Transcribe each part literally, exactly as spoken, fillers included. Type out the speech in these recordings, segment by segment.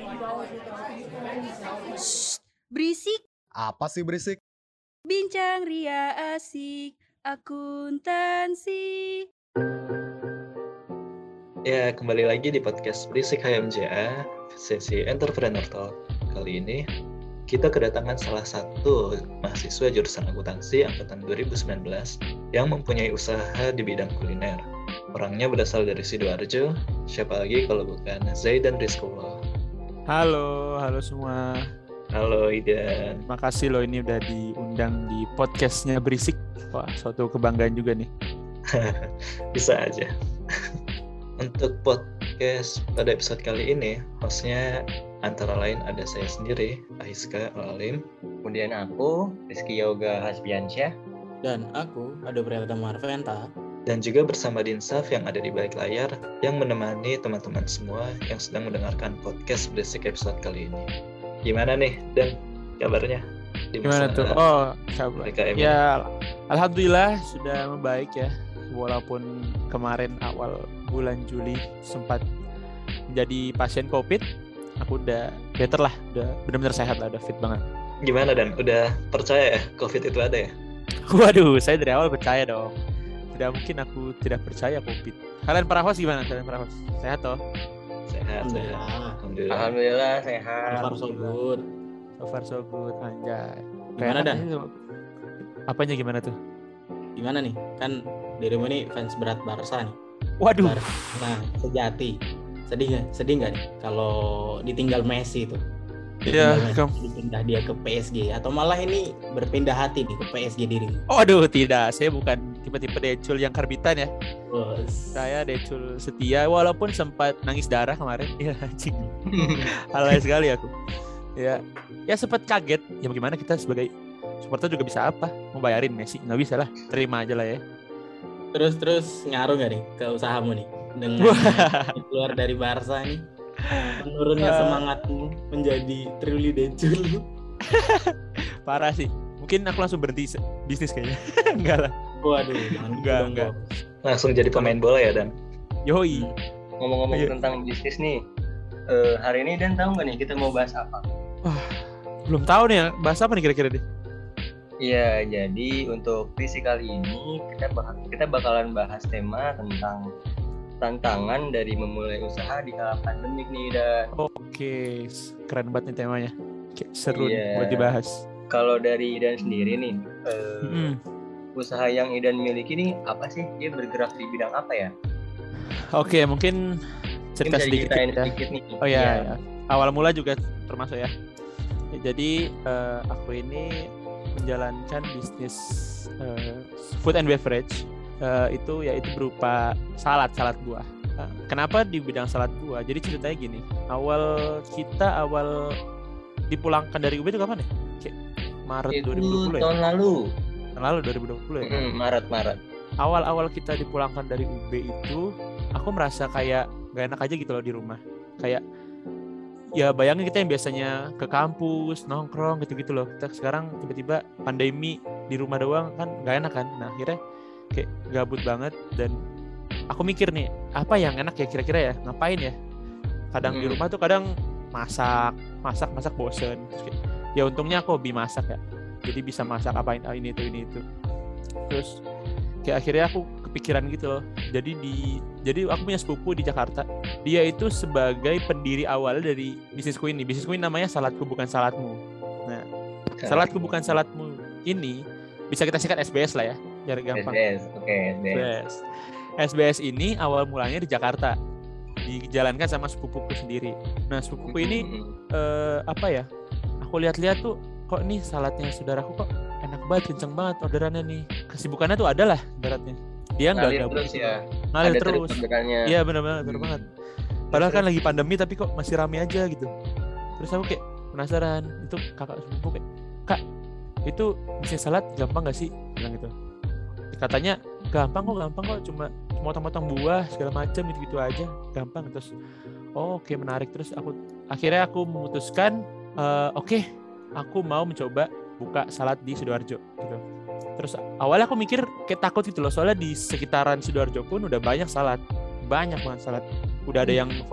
Shh, berisik. Apa sih berisik? Bincang ria asik, akuntansi. Ya, kembali lagi di podcast Berisik H M J A, sesi Entrepreneur Talk. Kali ini kita kedatangan salah satu mahasiswa jurusan akuntansi angkatan dua ribu sembilan belas yang mempunyai usaha di bidang kuliner. Orangnya berasal dari Sidoarjo, siapa lagi kalau bukan Zaidan Rizkullah. Halo, halo semua. Halo Idan. Makasih loh ini udah diundang di podcastnya Berisik. Wah, suatu kebanggaan juga nih. Bisa aja. Untuk podcast pada episode kali ini, hostnya antara lain ada saya sendiri, Ahiska Al-Alim. Kemudian aku, Rizky Yoga Hasbiansyah. Dan aku, Ado Priyata Marventa. Dan juga bersama Dinsaf yang ada di balik layar, yang menemani teman-teman semua yang sedang mendengarkan podcast Berisik episode kali ini. Gimana nih, Dan, kabarnya? Di Gimana tuh? Oh, kabar. Ya, alhamdulillah sudah membaik ya. Walaupun kemarin awal bulan Juli sempat menjadi pasien COVID, aku udah better lah, udah benar-benar sehat lah, udah fit banget. Gimana Dan? Udah percaya ya COVID itu ada ya? Waduh, saya dari awal percaya dong. Tidak mungkin aku tidak percaya COVID. Kalian para host gimana? Kalian para host sehat toh? Sehat, sehat. Alhamdulillah. Alhamdulillah sehat. So far so good. So far so good, anjay. Gimana Dan? Apanya gimana tuh? Gimana nih? Kan dirimu ini fans berat Barca nih. Waduh. Bar- nah, sejati. Sedih nggak? Sedih nggak nih kalau ditinggal Messi itu? Iya. Ke- dipindah dia ke P S G atau malah ini berpindah hati nih ke P S G dirimu? Oh, aduh, tidak. Saya bukan tipe-tipe decul yang karbitan ya. Bos. Saya decul setia walaupun sempat nangis darah kemarin. Iya, anjing. Alay sekali aku. Ya, ya sempat kaget. Ya bagaimana kita sebagai supporter juga bisa apa? Mau bayarin Messi? Nggak bisa lah. Terima aja lah ya. Terus terus ngaruh nggak nih ke usahamu nih dengan keluar dari Barca nih? Menurunnya semangatmu menjadi truly decul. Parah sih. Mungkin aku langsung berhenti bisnis kayaknya. Enggak lah. Waduh, jangan Enggak, dong, enggak. Bos. Langsung jadi pemain bola ya Dan? Yoi. Ngomong-ngomong Ayo. tentang bisnis nih, eh, hari ini Dan tahu nggak nih kita mau bahas apa? Belum tahu nih ya, bahas apa nih kira-kira deh? Iya, jadi untuk visi kali ini kita bak- kita bakalan bahas tema tentang tantangan dari memulai usaha di kala pandemik nih Dan. Oke, keren banget nih temanya. Kayak seru nih Iya. buat dibahas. Kalau dari Idan sendiri nih, eh, Mm-mm. usaha yang Idan miliki nih apa sih? Dia bergerak di bidang apa ya? Oke, mungkin cerita Mungkin bisa sedikit diceritain ya. sedikit nih. Oh Iya. ya, ya. Awal mula juga termasuk ya. Ya, jadi eh, aku ini menjalankan bisnis eh, food and beverage eh, itu yaitu berupa salad salad buah. Eh, kenapa di bidang salad buah? Jadi ceritanya gini, awal kita awal dipulangkan dari U B itu kapan ya? Kayak Maret Itu dua ribu dua puluh ya? tahun lalu. Tahun lalu dua ribu dua puluh ya? kan? Mm, Maret Maret. Awal-awal kita dipulangkan dari U B itu, aku merasa kayak gak enak aja gitu loh di rumah. Kayak ya bayangin kita yang biasanya ke kampus, nongkrong gitu-gitu loh. Kita sekarang tiba-tiba pandemi di rumah doang kan gak enak kan. Nah akhirnya kayak gabut banget dan aku mikir nih, apa yang enak ya kira-kira ya? Ngapain ya? Kadang di Hmm. rumah tuh kadang masak, masak, masak bosen. Terus kayak, ya untungnya aku hobi masak ya. Jadi bisa masak apain ah, ini itu ini itu. Terus kayak akhirnya aku kepikiran gitu loh. Jadi di jadi aku punya sepupu di Jakarta. Dia itu sebagai pendiri awal dari bisnisku ini. Bisnisku ini namanya Saladku Bukan Saladmu. Nah, Saladku Bukan Saladmu ini bisa kita singkat S B S lah ya, biar gampang. S B S, oke S B S. S B S. S B S ini awal mulanya di Jakarta. Dijalankan sama sepupuku sendiri. Nah, sepupuku ini Mm-mm. eh, apa ya? Aku lihat-lihat tuh kok nih saladnya saudaraku kok enak banget, kenceng banget orderannya nih. Kesibukannya tuh ada lah ibaratnya. Dia nggak Ngalir gabut terus ya. ngalir Ada terus. orderannya. Iya benar-benar benar Hmm. banget. Padahal kan lagi pandemi tapi kok masih rame aja gitu. Terus aku kayak penasaran, itu kakak sepupu kayak, "Kak, itu bisnis salad gampang gak sih?" bilang gitu. Katanya gampang kok, gampang kok, cuma motong-motong buah segala macam gitu-gitu aja, gampang. Terus oh, oke menarik. Terus aku akhirnya aku memutuskan eh, oke, aku mau mencoba buka salad di Sidoarjo gitu. Terus awalnya aku mikir kayak takut gitu loh, soalnya di sekitaran Sidoarjo pun udah banyak salad, banyak banget salad. Udah ada yang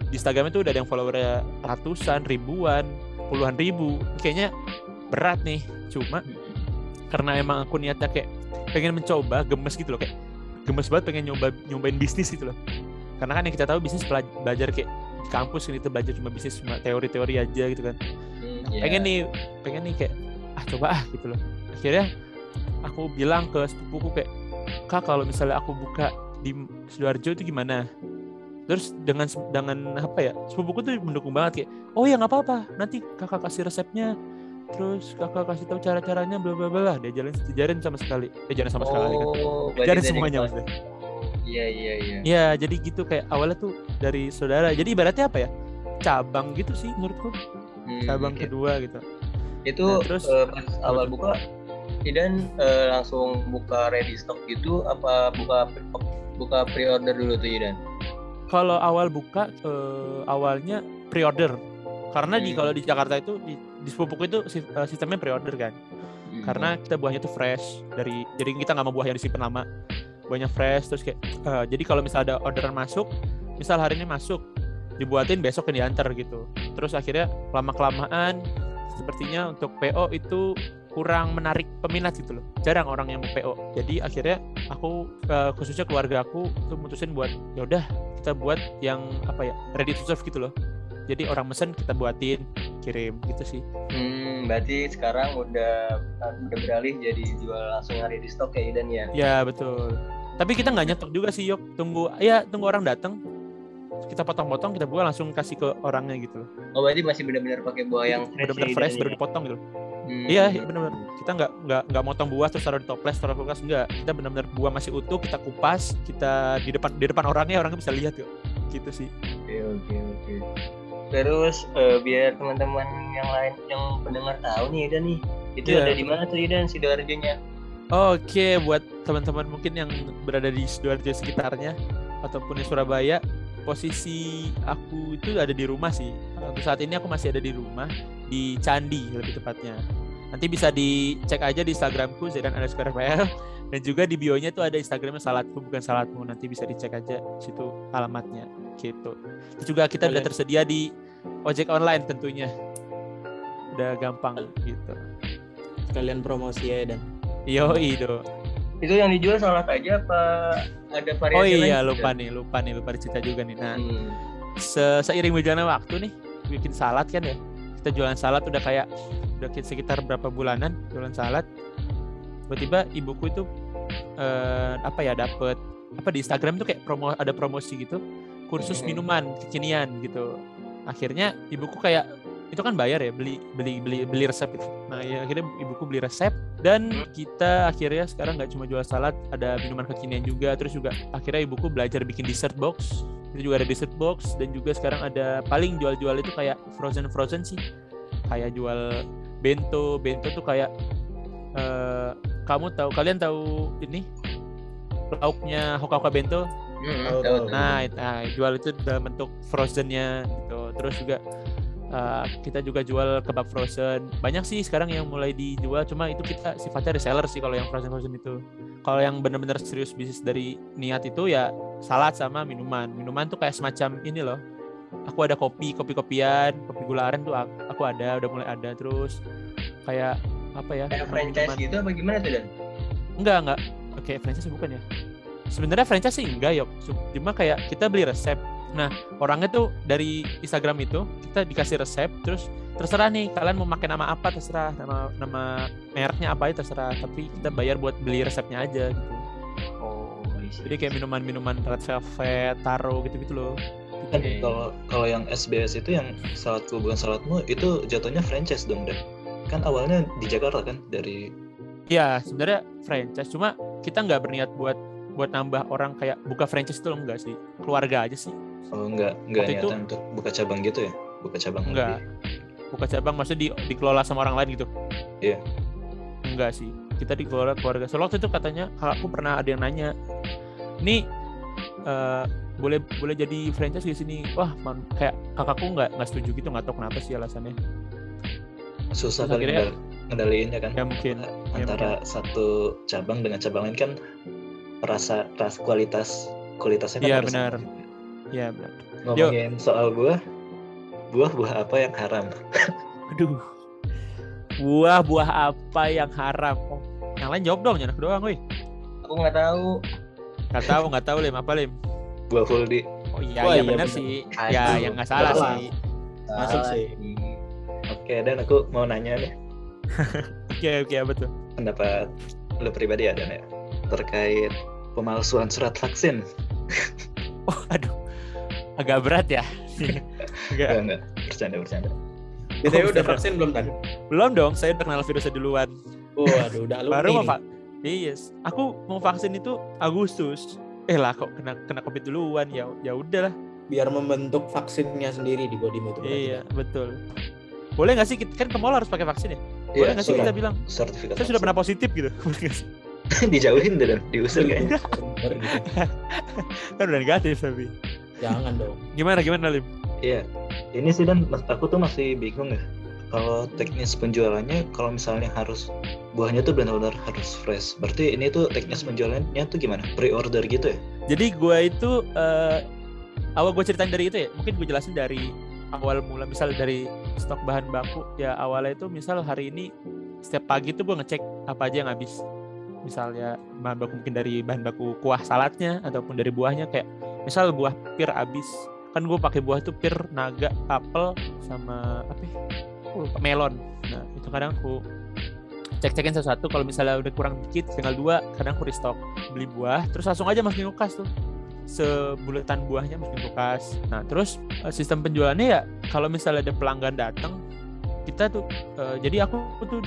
di Instagram itu udah ada yang followernya ratusan, ribuan, puluhan ribu. Kayaknya berat nih. Cuma karena emang aku niatnya kayak pengen mencoba, gemes gitu loh, kayak gemes banget pengen nyoba nyobain bisnis gitu loh. Karena kan yang kita tahu bisnis bela- belajar kayak di kampus kan, itu belajar cuma bisnis cuma teori-teori aja gitu kan. Hmm, iya. Pengen nih, pengen nih kayak ah coba ah gitu loh. Akhirnya aku bilang ke sepupuku kayak, "Kak, kalau misalnya aku buka di Sidoarjo itu gimana?" Terus dengan dengan apa ya, sepupuku tuh mendukung banget kayak, "Oh ya nggak apa-apa, nanti kakak kasih resepnya, terus kakak kasih tahu cara-caranya bla bla bla." Dia jalan diajarin sama sekali, eh jangan sama sekali kan, Oh, berarti diajarin dari semuanya kelas- maksudnya. Iya iya iya. Ya jadi gitu, kayak awalnya tuh dari saudara. Jadi ibaratnya apa ya, cabang gitu sih menurutku, Hmm, cabang oke. kedua gitu. Itu Nah, terus- eh, pas awal buka Idan eh, langsung buka ready stock gitu apa buka buka pre-order dulu tuh Idan? Kalau awal buka eh, awalnya pre-order. Karena di Hmm. kalau di Jakarta itu di, di sepupuku itu si- eh, sistemnya pre-order kan. Hmm. Karena kita buahnya tuh fresh dari, jadi kita nggak mau buah yang disimpan lama, buahnya fresh. Terus kayak eh, jadi kalau misalnya ada orderan masuk, misal hari ini masuk, dibuatin besok yang diantar gitu. Terus akhirnya lama kelamaan sepertinya untuk P O itu kurang menarik peminat gitu loh, jarang orang yang mau P O. Jadi akhirnya aku eh, khususnya keluarga aku tuh mutusin buat ya udah kita buat yang apa ya, ready to serve gitu loh. Jadi orang mesen kita buatin, kirim gitu sih. Hmm, berarti sekarang udah udah beralih jadi jual langsung yang ready stock ya Idan ya? Ya betul. Tapi kita nggak nyetok juga sih Yok. Tunggu ya tunggu orang datang. Kita potong-potong, kita buah langsung kasih ke orangnya gitu loh. Oh berarti masih benar-benar pakai buah yang fresh Bener-bener ya, fresh, Idan, baru ya? dipotong gitu. Hmm. Iya, iya benar-benar. Kita nggak nggak nggak motong buah terus taruh di toples, taruh di kulkas, enggak. Kita benar-benar buah masih utuh, kita kupas, kita di depan di depan orangnya, orangnya bisa lihat kok. Gitu sih. Oke oke oke. Terus eh, biar teman-teman yang lain yang pendengar tahu nih Idan nih, itu Iya. ada di mana tuh Idan Sidoarjo-nya? Oke, buat teman-teman mungkin yang berada di Sidoarjo sekitarnya ataupun di Surabaya, posisi aku itu ada di rumah sih. Untuk saat ini aku masih ada di rumah, di Candi lebih tepatnya. Nanti bisa dicek aja di Instagramku Zaidan underscore F P L, dan juga di bio-nya tuh ada Instagramnya Salatku bukan Salatmu. Nanti bisa dicek aja situ alamatnya gitu. Terus juga kita udah Boleh. tersedia di ojek online tentunya. Udah gampang gitu. Sekalian promosi ya dan Yoi do. Itu yang dijual salad aja apa ada variasi Oh lain? iya lupa nih, lupa nih, lupa cerita juga nih. Nah, Hmm. se- seiring berjalannya waktu nih, bikin salad kan ya. Kita jualan salad udah kayak udah sekitar berapa bulanan jualan salad. Tiba-tiba ibuku itu eh, apa ya dapet apa di Instagram tuh kayak promo ada promosi gitu, kursus Hmm. minuman kekinian gitu. Akhirnya ibuku kayak itu kan bayar ya, beli beli beli beli resep itu. Nah ya akhirnya ibuku beli resep dan kita akhirnya sekarang nggak cuma jual salad, ada minuman kekinian juga. Terus juga akhirnya ibuku belajar bikin dessert box. Itu juga ada dessert box, dan juga sekarang ada paling jual-jual itu kayak frozen frozen sih, kayak jual bento. Bento tuh kayak eh, kamu tahu kalian tahu ini lauknya Hoka Hoka Bento. Hmm, Tahu, tahu, tahu. tahu. Nah, it- nah, jual itu dalam bentuk frozennya gitu. Terus juga uh, kita juga jual kebab frozen. Banyak sih sekarang yang mulai dijual, cuma itu kita sifatnya reseller sih kalau yang frozen frozen itu. Kalau yang benar-benar serius bisnis dari niat itu ya salad sama minuman. Minuman tuh kayak semacam ini loh. Aku ada kopi, kopi-kopian, kopi gula aren tuh aku aku ada, udah mulai ada. Terus kayak apa ya? Kayak franchise minuman. gitu apa gimana tuh Dan? Enggak, enggak. Oke, franchise bukan ya? Sebenarnya franchise sih enggak, Yok. Cuma kayak kita beli resep. Nah, orangnya tuh dari Instagram itu kita dikasih resep, terus terserah nih kalian mau pakai nama apa terserah, nama nama mereknya apa aja terserah, tapi kita bayar buat beli resepnya aja gitu. Oh, I see. Jadi kayak minuman-minuman red velvet, taro gitu-gitu loh. Kan Oke. kalau kalau yang S B S itu yang saladku bukan saladmu itu jatuhnya franchise dong, Dan. Kan awalnya di Jakarta kan dari Iya, sebenarnya franchise, cuma kita nggak berniat buat buat nambah orang kayak buka franchise itu enggak sih, keluarga aja sih. oh enggak enggak Waktu itu- niatan untuk buka cabang gitu ya? Buka cabang Enggak. lebih. Buka cabang maksudnya di, dikelola sama orang lain gitu. Iya. Enggak sih. Kita dikelola keluarga. Soalnya waktu itu katanya kakakku pernah ada yang nanya, "Nih eh, boleh boleh jadi franchise di sini." Wah, man, kayak kakakku nggak nggak setuju gitu, nggak tahu kenapa sih alasannya. Susah Terus kali akhirnya- ngendal- ngendaliinnya kan. Ya mungkin. Antara satu cabang dengan cabang lain kan rasa ras kualitas kualitasnya kan Iya, harus benar. sama gitu. Iya benar. ngomongin soal buah, buah-buah apa yang haram? Aduh. Buah-buah apa yang haram? Oh, yang lain jawab dong, jangan aku doang, woi. Aku nggak tahu. Nggak tahu, nggak tahu Lim, apa Lim? Buah fuldi. Oh iya, Wah, iya iya, benar benar. sih. Aduh, Ya, yang nggak salah salah. sih. Masuk Salah sih. Oke, dan aku mau nanya nih Oke, oke, betul. pendapat lu pribadi ya Dan ya terkait pemalsuan surat vaksin. Oh, aduh. Agak berat ya. Agak. Enggak, enggak, bercanda bercanda. B T W Oh, udah bener. vaksin belum Tan? Belum dong, saya udah kenal virusnya duluan. Oh, aduh, udah alumni Baru mau nih. vaksin. Yes, aku mau vaksin itu Agustus. Eh lah kok kena kena Covid duluan ya. Ya udahlah. Biar membentuk vaksinnya sendiri di bodimu itu. berarti, Iya, Tan. betul. Boleh nggak sih kita kan ke mall harus pakai vaksin ya? Boleh Iya, nggak sih surat- kita bilang sertifikat saya sudah pernah positif gitu? Boleh nggak sih? vaksin. Dijauhin deh Dan, diusir kayaknya. Bener gitu. Kan udah negatif tapi. Jangan dong. Gimana gimana Lim? Iya, ini sih Dan, mas- aku tuh masih bingung ya. Kalau teknis penjualannya, kalau misalnya harus buahnya tuh benar-benar harus fresh. Berarti ini tuh teknis penjualannya tuh gimana? Pre-order gitu ya? Jadi gue itu eh, awal gue ceritain dari itu ya. Mungkin gue jelasin dari awal mula, misal dari stok bahan baku ya. Awalnya itu misal hari ini setiap pagi tuh gue ngecek apa aja yang habis. Misalnya bahan baku mungkin dari bahan baku kuah saladnya ataupun dari buahnya, kayak misal buah pir habis. Kan gue pakai buah tuh pir, naga, apel sama apa ya? Aku lupa, melon. Nah, itu kadang aku cek-cekin satu-satu. Kalau misalnya udah kurang dikit, tinggal dua, kadang aku restock. Beli buah, terus langsung aja masukin kulkas tuh. Sebuletan buahnya masukin kulkas. Nah, terus eh, sistem penjualannya ya, kalau misalnya ada pelanggan datang, kita tuh, eh, jadi aku tuh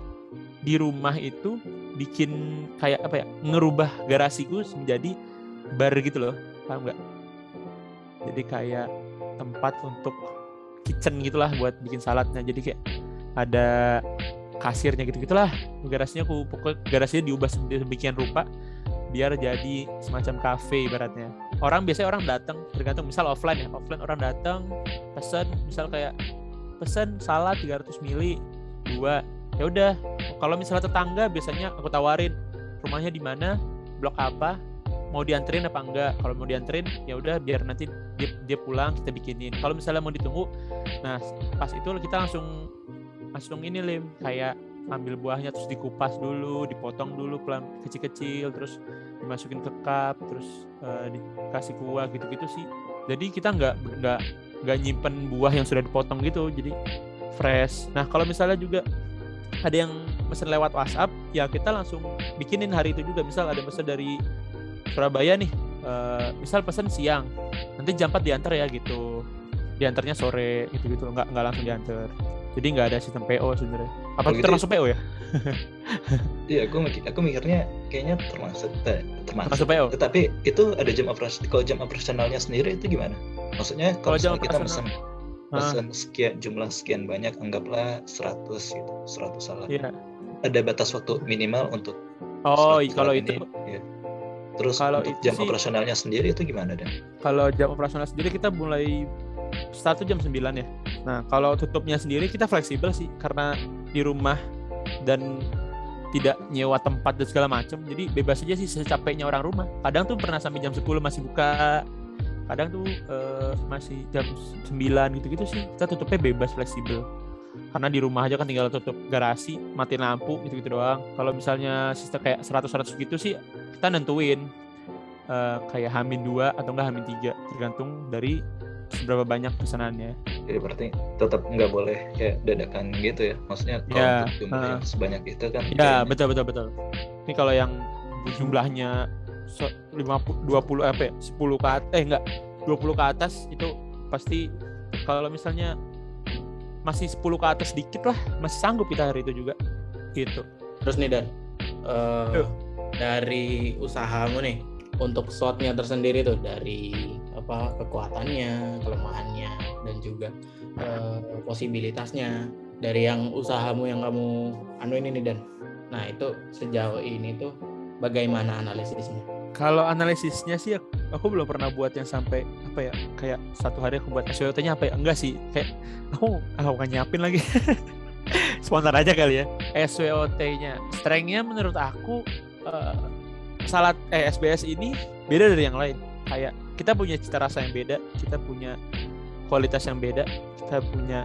di rumah itu bikin kayak apa ya, ngerubah garasiku menjadi bar gitu loh, paham nggak? Jadi kayak tempat untuk kitchen gitulah buat bikin saladnya. Jadi kayak ada kasirnya gitu-gitulah. Garasinya aku pokoknya garasinya diubah sedemikian rupa biar jadi semacam kafe ibaratnya. Orang biasanya orang datang tergantung, misal offline ya, offline orang datang pesan misal kayak pesan salad tiga ratus mili dua. Ya udah, kalau misalnya tetangga biasanya aku tawarin rumahnya di mana, blok apa, mau dianterin apa enggak. Kalau mau dianterin ya udah biar nanti dia, dia pulang kita bikinin. Kalau misalnya mau ditunggu, nah pas itu kita langsung langsung ini Lim, kayak ambil buahnya terus dikupas dulu, dipotong dulu pelan kecil-kecil, terus dimasukin ke cup, terus uh, dikasih kuah gitu-gitu sih. Jadi kita nggak nggak nggak nyimpen buah yang sudah dipotong gitu, jadi fresh. Nah kalau misalnya juga ada yang pesen lewat WhatsApp, ya kita langsung bikinin hari itu juga. Misal ada pesan dari Surabaya nih, uh, misal pesan siang, nanti jam empat diantar ya gitu. Diantarnya sore gitu-gitu, nggak nggak langsung diantar. Jadi nggak ada sistem P O sebenarnya. Apa Oh, itu gitu termasuk P O ya? Iya, aku mikir, aku mikirnya kayaknya termasuk eh, termasuk. Termasuk P O. Tetapi itu ada jam operasi. Kalau jam operasionalnya sendiri itu gimana? Maksudnya Kalau kalau jam misalnya kita operasional- pesan pesan sekian jumlah sekian banyak, anggaplah seratus gitu, seratus salad. Iya. Ada batas waktu minimal untuk Oh, seratus kalau salad itu ini. Iya. Terus kalau untuk itu jam sih- operasionalnya sendiri itu gimana Dan? kalau jam operasional sendiri kita mulai start tuh jam sembilan ya. Nah, kalau tutupnya sendiri kita fleksibel sih karena di rumah dan tidak nyewa tempat dan segala macam. Jadi bebas aja sih secapeknya orang rumah. Kadang tuh pernah sampai jam sepuluh masih buka. Kadang tuh eh, masih jam sembilan gitu-gitu sih. Kita tutupnya bebas, fleksibel. Karena di rumah aja kan tinggal tutup garasi, matiin lampu gitu-gitu doang. Kalau misalnya sistem kayak seratus seratus gitu sih kita nentuin eh, kayak Hamin dua atau enggak Hamin tiga, tergantung dari seberapa banyak pesanannya. Jadi berarti tetap nggak boleh kayak dadakan gitu ya? Maksudnya kalau Ya, untuk jumlah uh. yang sebanyak itu kan? Ya, kayaknya- betul betul betul. Ini kalau yang jumlahnya so- lima puluh dua puluh apa ya? sepuluh ke atas, eh enggak, dua puluh ke atas itu pasti. Kalau misalnya masih sepuluh ke atas dikit lah, masih sanggup kita hari itu juga. Gitu. Terus nih Dan, eh, Yuk. dari usahamu nih untuk shotnya tersendiri tuh, dari apa kekuatannya, kelemahannya, dan juga eh, posibilitasnya dari yang usahamu yang kamu anu ini nih Dan. Nah itu sejauh ini tuh bagaimana analisisnya? Kalau analisisnya sih aku belum pernah buat yang sampai apa ya, kayak satu hari aku buat S W O T-nya apa ya, enggak sih, kayak aku aku kan nyiapin lagi. Spontan aja kali ya. S W O T-nya, strength-nya menurut aku eh, salad eh S B S ini beda dari yang lain. Kayak kita punya cita rasa yang beda, kita punya kualitas yang beda, kita punya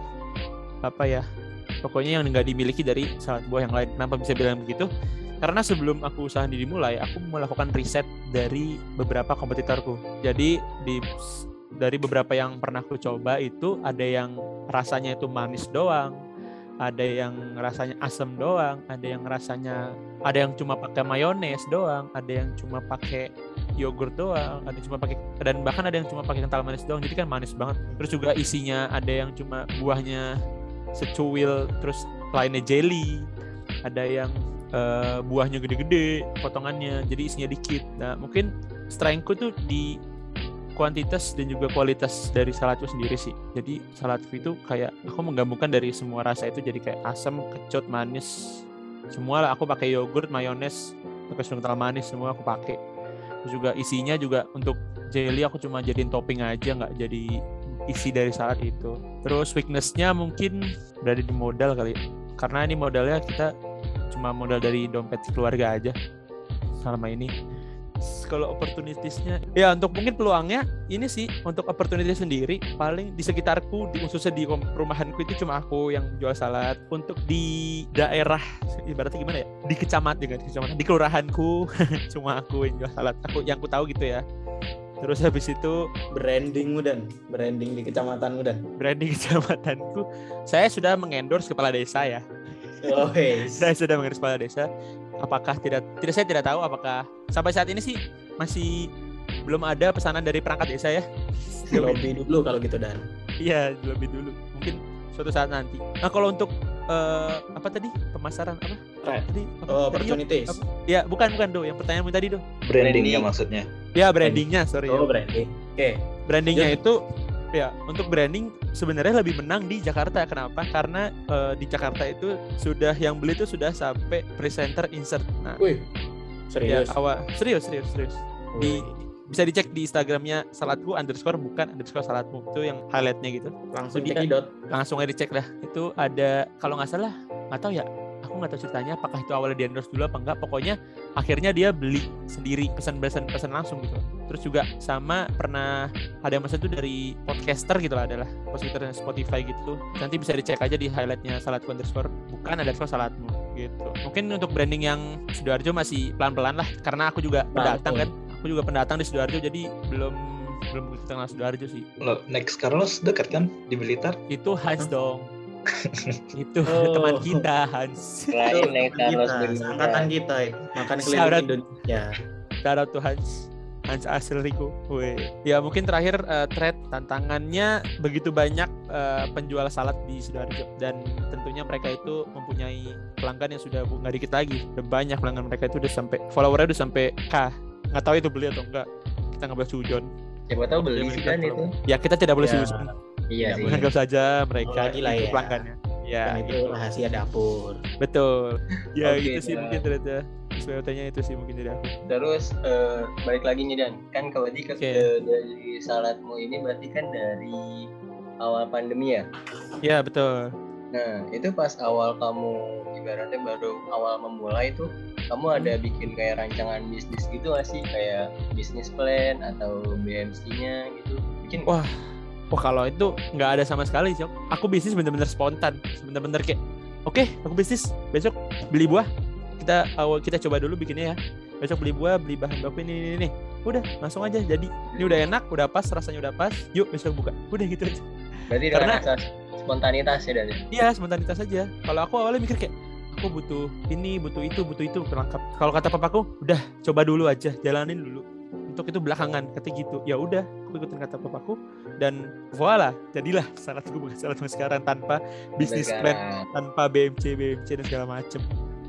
apa ya, pokoknya yang nggak dimiliki dari salad buah yang lain. Kenapa bisa bilang begitu? Karena sebelum aku usaha ini dimulai, aku melakukan riset dari beberapa kompetitorku. Jadi di dari beberapa yang pernah aku coba itu ada yang rasanya itu manis doang, ada yang rasanya asam doang, ada yang rasanya ada yang cuma pakai mayones doang, ada yang cuma pakai yogurt doang, ada yang cuma pakai dan bahkan ada yang cuma pakai kental manis doang. Jadi kan manis banget. Terus juga isinya ada yang cuma buahnya secuil, terus lainnya jelly, ada yang Uh, buahnya gede-gede potongannya, jadi isinya dikit. Nah mungkin strengthku tuh di kuantitas dan juga kualitas dari saladku sendiri sih. Jadi saladku itu kayak aku menggabungkan dari semua rasa itu, jadi kayak asam, kecut, manis, semua lah. Aku pakai yogurt, mayones, pakai kental manis, semua aku pakai. Terus juga isinya juga untuk jelly aku cuma jadiin topping aja, nggak jadi isi dari salad itu. Terus weakness-nya mungkin berada di modal kali, karena ini modalnya kita cuma modal dari dompet keluarga aja selama ini. Kalau opportunities-nya ya untuk mungkin peluangnya ini sih, untuk opportunity sendiri paling di sekitarku, di khususnya di rumahanku itu cuma aku yang jual salad. Untuk di daerah ibaratnya gimana ya, di kecamatan dengan kecamatan di kelurahanku cuma aku yang jual salad, aku yang aku tahu gitu ya. Terus habis itu brandingmu dan branding di kecamatanmu dan branding kecamatanku, saya sudah mengendorse kepala desa ya. Oh, yes. Saya sudah mengendorse kepala desa. Apakah tidak tidak saya tidak tahu apakah sampai saat ini sih masih belum ada pesanan dari perangkat desa ya. Lobby dulu kalau gitu dan. Iya, lobby dulu. Mungkin suatu saat nanti. Nah, kalau untuk uh, apa tadi? Pemasaran apa? Right. Tadi apa? Oh, Tadi, opportunities. Apa? Ya, bukan bukan Do. Yang pertanyaanmu tadi Do. Brandingnya Branding. maksudnya. Ya, brandingnya, sorry. Oh, ya. branding. Oke. Okay. Brandingnya Ya. itu ya, untuk branding sebenarnya lebih menang di Jakarta. Kenapa? Karena uh, di Jakarta itu sudah yang beli itu sudah sampai presenter insert. Nah, Wih. Serius. ya, awal serius serius serius. Di bisa dicek di Instagramnya saladku underscore bukan underscore saladmu, itu yang highlightnya gitu. langsung Itu dia. cekidot. Langsung aja dicek dah. Itu ada kalau nggak salah, nggak tahu ya. Aku nggak tahu ceritanya apakah itu awalnya di endorse dulu apa enggak. Pokoknya akhirnya dia beli sendiri, pesan-pesan pesan langsung gitu. Terus juga sama pernah ada yang pesan itu dari podcaster gitu lah, adalah podcaster Spotify gitu. Nanti bisa dicek aja di highlightnya saladku underscore bukan underscore saladmu gitu. Mungkin untuk branding yang Sidoarjo masih pelan-pelan lah, karena aku juga pendatang kan. Aku juga pendatang di Sidoarjo, jadi belum belum begitu kenal Sidoarjo sih. Lo Next Carlos dekat kan di Blitar? Itu Hans dong. Itu Oh. teman kita Hans. Lain Next Carlos kita, Bermuda. angkatan kita ya. Makan Shout out. keliling Indonesia. Shout out to Hans. Hans Asriku. Weh. Ya mungkin terakhir uh, thread tantangannya begitu banyak uh, penjual salad di Sidoarjo, dan tentunya mereka itu mempunyai pelanggan yang sudah nggak dikit lagi. Udah banyak pelanggan mereka itu udah sampai followernya udah sampai K. Nggak tahu itu beli atau enggak. Kita nggak boleh sujon. Siapa tahu beli Mereka sih kan follower. itu. Ya kita tidak boleh Ya. sujon. Iya sih. Menganggap saja mereka Oh, lagi lah itu ya. pelanggannya. Ya, Kan itu rahasia dapur. betul. Ya Oke, gitu sih nah. mungkin ternyata. S W O T-nya itu sih mungkin dari aku. Terus eh, balik lagi nih Dan, kan kalau tadi ke, Oke. ke- dari saladmu ini berarti kan dari awal pandemi ya. Ya betul. Nah itu pas awal kamu ibaratnya baru awal memulai itu, kamu ada bikin kayak rancangan bisnis gitu nggak sih, kayak bisnis plan atau B M C-nya gitu? Bikin Wah, wah kalau itu nggak ada sama sekali sih. Aku bisnis bener-bener spontan, bener-bener kayak, oke, aku bisnis besok beli buah. Kita awal kita coba dulu bikinnya ya. Besok beli buah, beli bahan baku ini, ini, ini. Udah, langsung aja jadi. Ini udah enak, udah pas, rasanya udah pas. Yuk besok buka. Udah gitu aja. berarti karena- dengan asas spontanitas ya Dan. Iya, spontanitas aja. Kalau aku awalnya mikir kayak, aku butuh ini, butuh itu, butuh itu, pelengkap. Kalau kata papaku, udah coba dulu aja, jalanin dulu. Untuk itu belakangan, kata gitu. Ya udah, aku ikutin kata papaku dan voila, jadilah saladku bukan saladku sekarang tanpa bisnis plan, Sekarang tanpa B M C, B M C dan segala macem.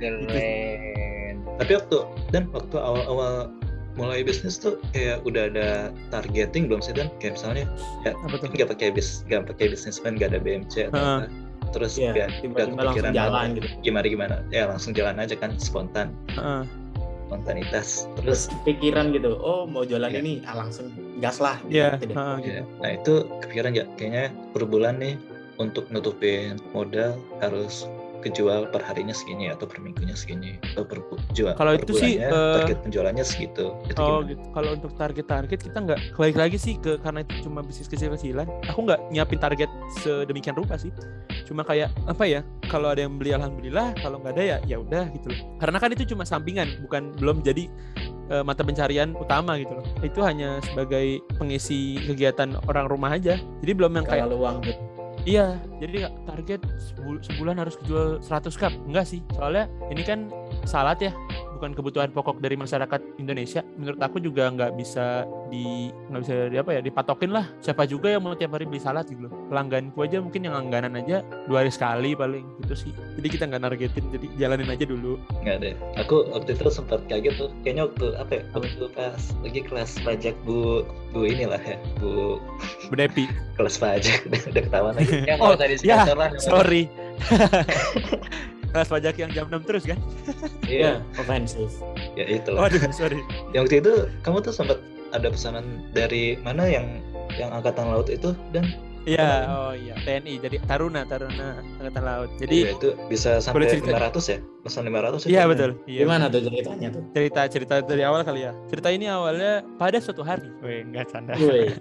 keren. Tapi waktu dan waktu awal-awal mulai bisnis tuh kayak udah ada targeting belum sih Dan? Kayak misalnya ya Apa tuh? nggak pakai bis nggak pakai bisnis plan, nggak ada B M C atau Heeh. apa. Terus Iya, nggak nggak tiba-tiba langsung kepikiran jalan mau gitu. gimana gimana ya langsung jalan aja kan, spontan Heeh. spontanitas. Terus Pikiran gitu. Oh, mau jualan Iya. ini, ah, langsung gas lah. Iya, Gitu deh. heeh, ya, gitu. nah itu kepikiran nggak kayaknya per bulan nih untuk nutupin modal harus kejual per harinya segini atau per minggunya segini atau per bu- jual Kalau per itu sih, bulannya eh, target penjualannya segitu. Itu Oh gimana? gitu. Kalau untuk target-target kita nggak balik lagi sih ke karena itu cuma bisnis kecil-kecilan. Aku nggak nyiapin target sedemikian rupa sih. Cuma kayak apa ya? Kalau ada yang beli alhamdulillah, kalau nggak ada ya ya udah gitu loh. Karena kan itu cuma sampingan, bukan belum jadi eh, mata pencarian utama gitu loh. Itu hanya sebagai pengisi kegiatan orang rumah aja. Jadi belum yang kayak Kalau uang gitu. iya, jadi nggak target sebul- sebulan harus jual seratus cup. Enggak sih, soalnya ini kan salad ya, bukan kebutuhan pokok dari masyarakat Indonesia. Menurut aku juga nggak bisa di nggak bisa di apa ya dipatokin lah. Siapa juga yang mau tiap hari beli salad gitu loh. Pelangganku aja mungkin yang langganan aja dua hari sekali paling gitu sih. Jadi kita nggak nargetin, jadi jalanin aja dulu. Nggak ada. Aku waktu itu sempat kaget tuh. Kayaknya waktu apa ya? Apa? Waktu pas lagi kelas pajak bu bu inilah ya, bu Benepi. kelas pajak udah, udah ketahuan lagi. Ya Oh, nggak usah ya, disensor lah. sorry. Kelas pajak yang jam enam terus kan? Iya, Ya, ofensif. ya itu lah. Waduh, sorry. Yang waktu itu kamu tuh sempat ada pesanan dari mana yang yang angkatan laut itu dan Iya, oh iya, T N I, jadi Taruna, Taruna Angkatan Laut. iya, Jadi itu bisa sampai boleh cerita? lima ratus ya? Pesan lima ratus iya itu betul. Iya. Gimana tuh ceritanya tuh? cerita cerita dari awal kali ya. Cerita ini awalnya pada suatu hari. Weh, enggak canda. Woi,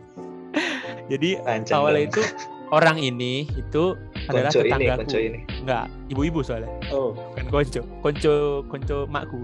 Jadi Panjang awalnya dong. itu orang ini itu adalah konco ini, tetanggaku. konco ini. Enggak, ibu-ibu soalnya. oh, Bukan konco. Konco konco makku.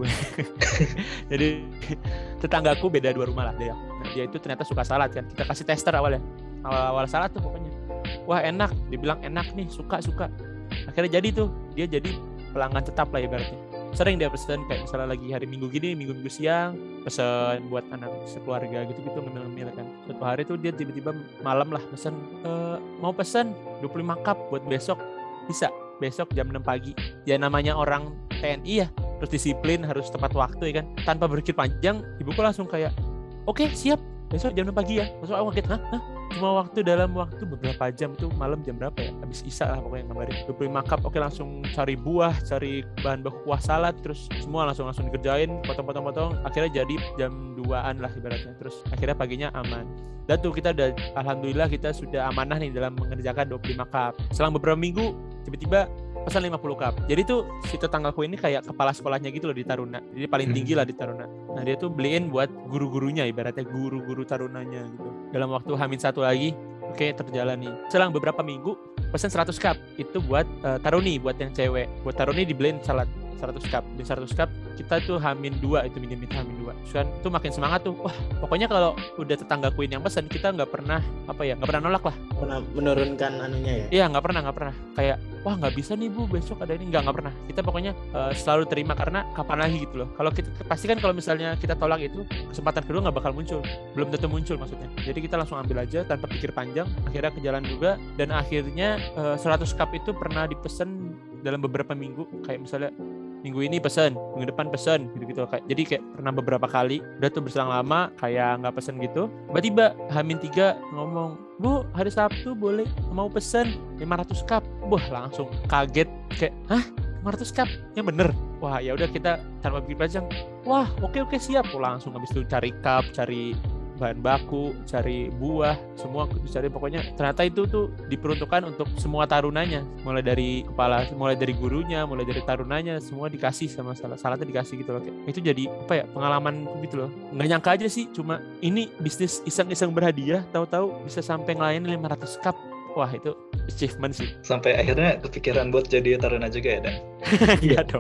Jadi tetanggaku beda dua rumah lah dia. Nah, dia itu ternyata suka salad kan. Kita kasih tester awalnya. Awal-awal salad tuh pokoknya. Wah, enak. Dibilang enak nih, suka-suka. Akhirnya jadi tuh, dia jadi pelanggan tetap lah ibaratnya. Sering dia pesen kayak misalnya lagi hari Minggu gini, Minggu-minggu siang pesen buat anak sekeluarga gitu-gitu ngemil-ngemil kan. Suatu hari tuh dia tiba-tiba malam lah pesen e, mau pesen dua puluh lima cup buat besok. Bisa besok jam enam pagi. Ya namanya orang T N I ya, terus disiplin harus tepat waktu ya kan. Tanpa berpikir panjang, ibuku langsung kayak oke, siap. Besok jam enam pagi ya. Masuk aku kaget, hah? Hah? Cuma waktu dalam waktu beberapa jam itu malam jam berapa ya? Habis isya lah pokoknya ngabarin. dua puluh lima cup, oke langsung cari buah, cari bahan baku kuah salad, terus semua langsung langsung dikerjain, potong-potong-potong. Akhirnya jadi jam duaan lah ibaratnya. Terus akhirnya paginya aman. Dan tuh kita udah, alhamdulillah kita sudah amanah nih dalam mengerjakan dua puluh lima cup. Selang beberapa minggu, tiba-tiba pesan lima puluh cup. Jadi tuh si tetanggaku ini kayak kepala sekolahnya gitu loh di Taruna. Jadi paling tinggi lah di Taruna. Nah dia tuh beliin buat guru-gurunya, ibaratnya guru-guru Tarunanya gitu. Dalam waktu Hamin satu lagi, oke terjalan nih. Selang beberapa minggu, pesan seratus cup. Itu buat uh, Taruni, buat yang cewek. Buat Taruni dibeliin salad seratus cup. Beli seratus cup, kita tuh Hamin dua, itu minum Hamin dua. Terus kan itu makin semangat tuh. Wah, pokoknya kalau udah tetanggaku ini yang pesan, kita nggak pernah apa ya, nggak pernah nolak lah. pernah menurunkan anunya ya? Iya, nggak pernah, nggak pernah. Kayak, wah nggak bisa nih bu, besok ada ini, nggak nggak pernah. Kita pokoknya uh, selalu terima karena kapan lagi gitu loh. Kalau kita pasti kan kalau misalnya kita tolak itu, kesempatan kedua nggak bakal muncul, belum tentu muncul maksudnya. Jadi kita langsung ambil aja tanpa pikir panjang. Akhirnya ke jalan juga dan akhirnya uh, seratus cup itu pernah dipesen dalam beberapa minggu. Kayak misalnya minggu ini pesen, minggu depan pesen, gitu-gitu kayak. Jadi kayak pernah beberapa kali, udah tuh berselang lama kayak nggak pesen gitu. Tiba-tiba Hamin tiga ngomong, bu hari Sabtu boleh mau pesen lima ratus cup. Wah langsung kaget kayak, hah lima ratus cup? Yang bener? Wah ya udah kita tanpa pikir panjang, wah oke oke siap. Oh, langsung habis itu cari cup, cari bahan baku, cari buah, semua dicari. Pokoknya ternyata itu tuh diperuntukkan untuk semua tarunanya, mulai dari kepala, mulai dari gurunya, mulai dari tarunanya, semua dikasih sama salah salatnya dikasih gitu loh. Kayak, itu jadi apa ya, pengalaman gitu loh. Nggak nyangka aja sih, cuma ini bisnis iseng-iseng berhadiah, tahu-tahu bisa sampai ngelayanin lima ratus cup. Wah itu achievement sih. Sampai akhirnya kepikiran buat jadi taruna juga ya, Dan? Iya dong.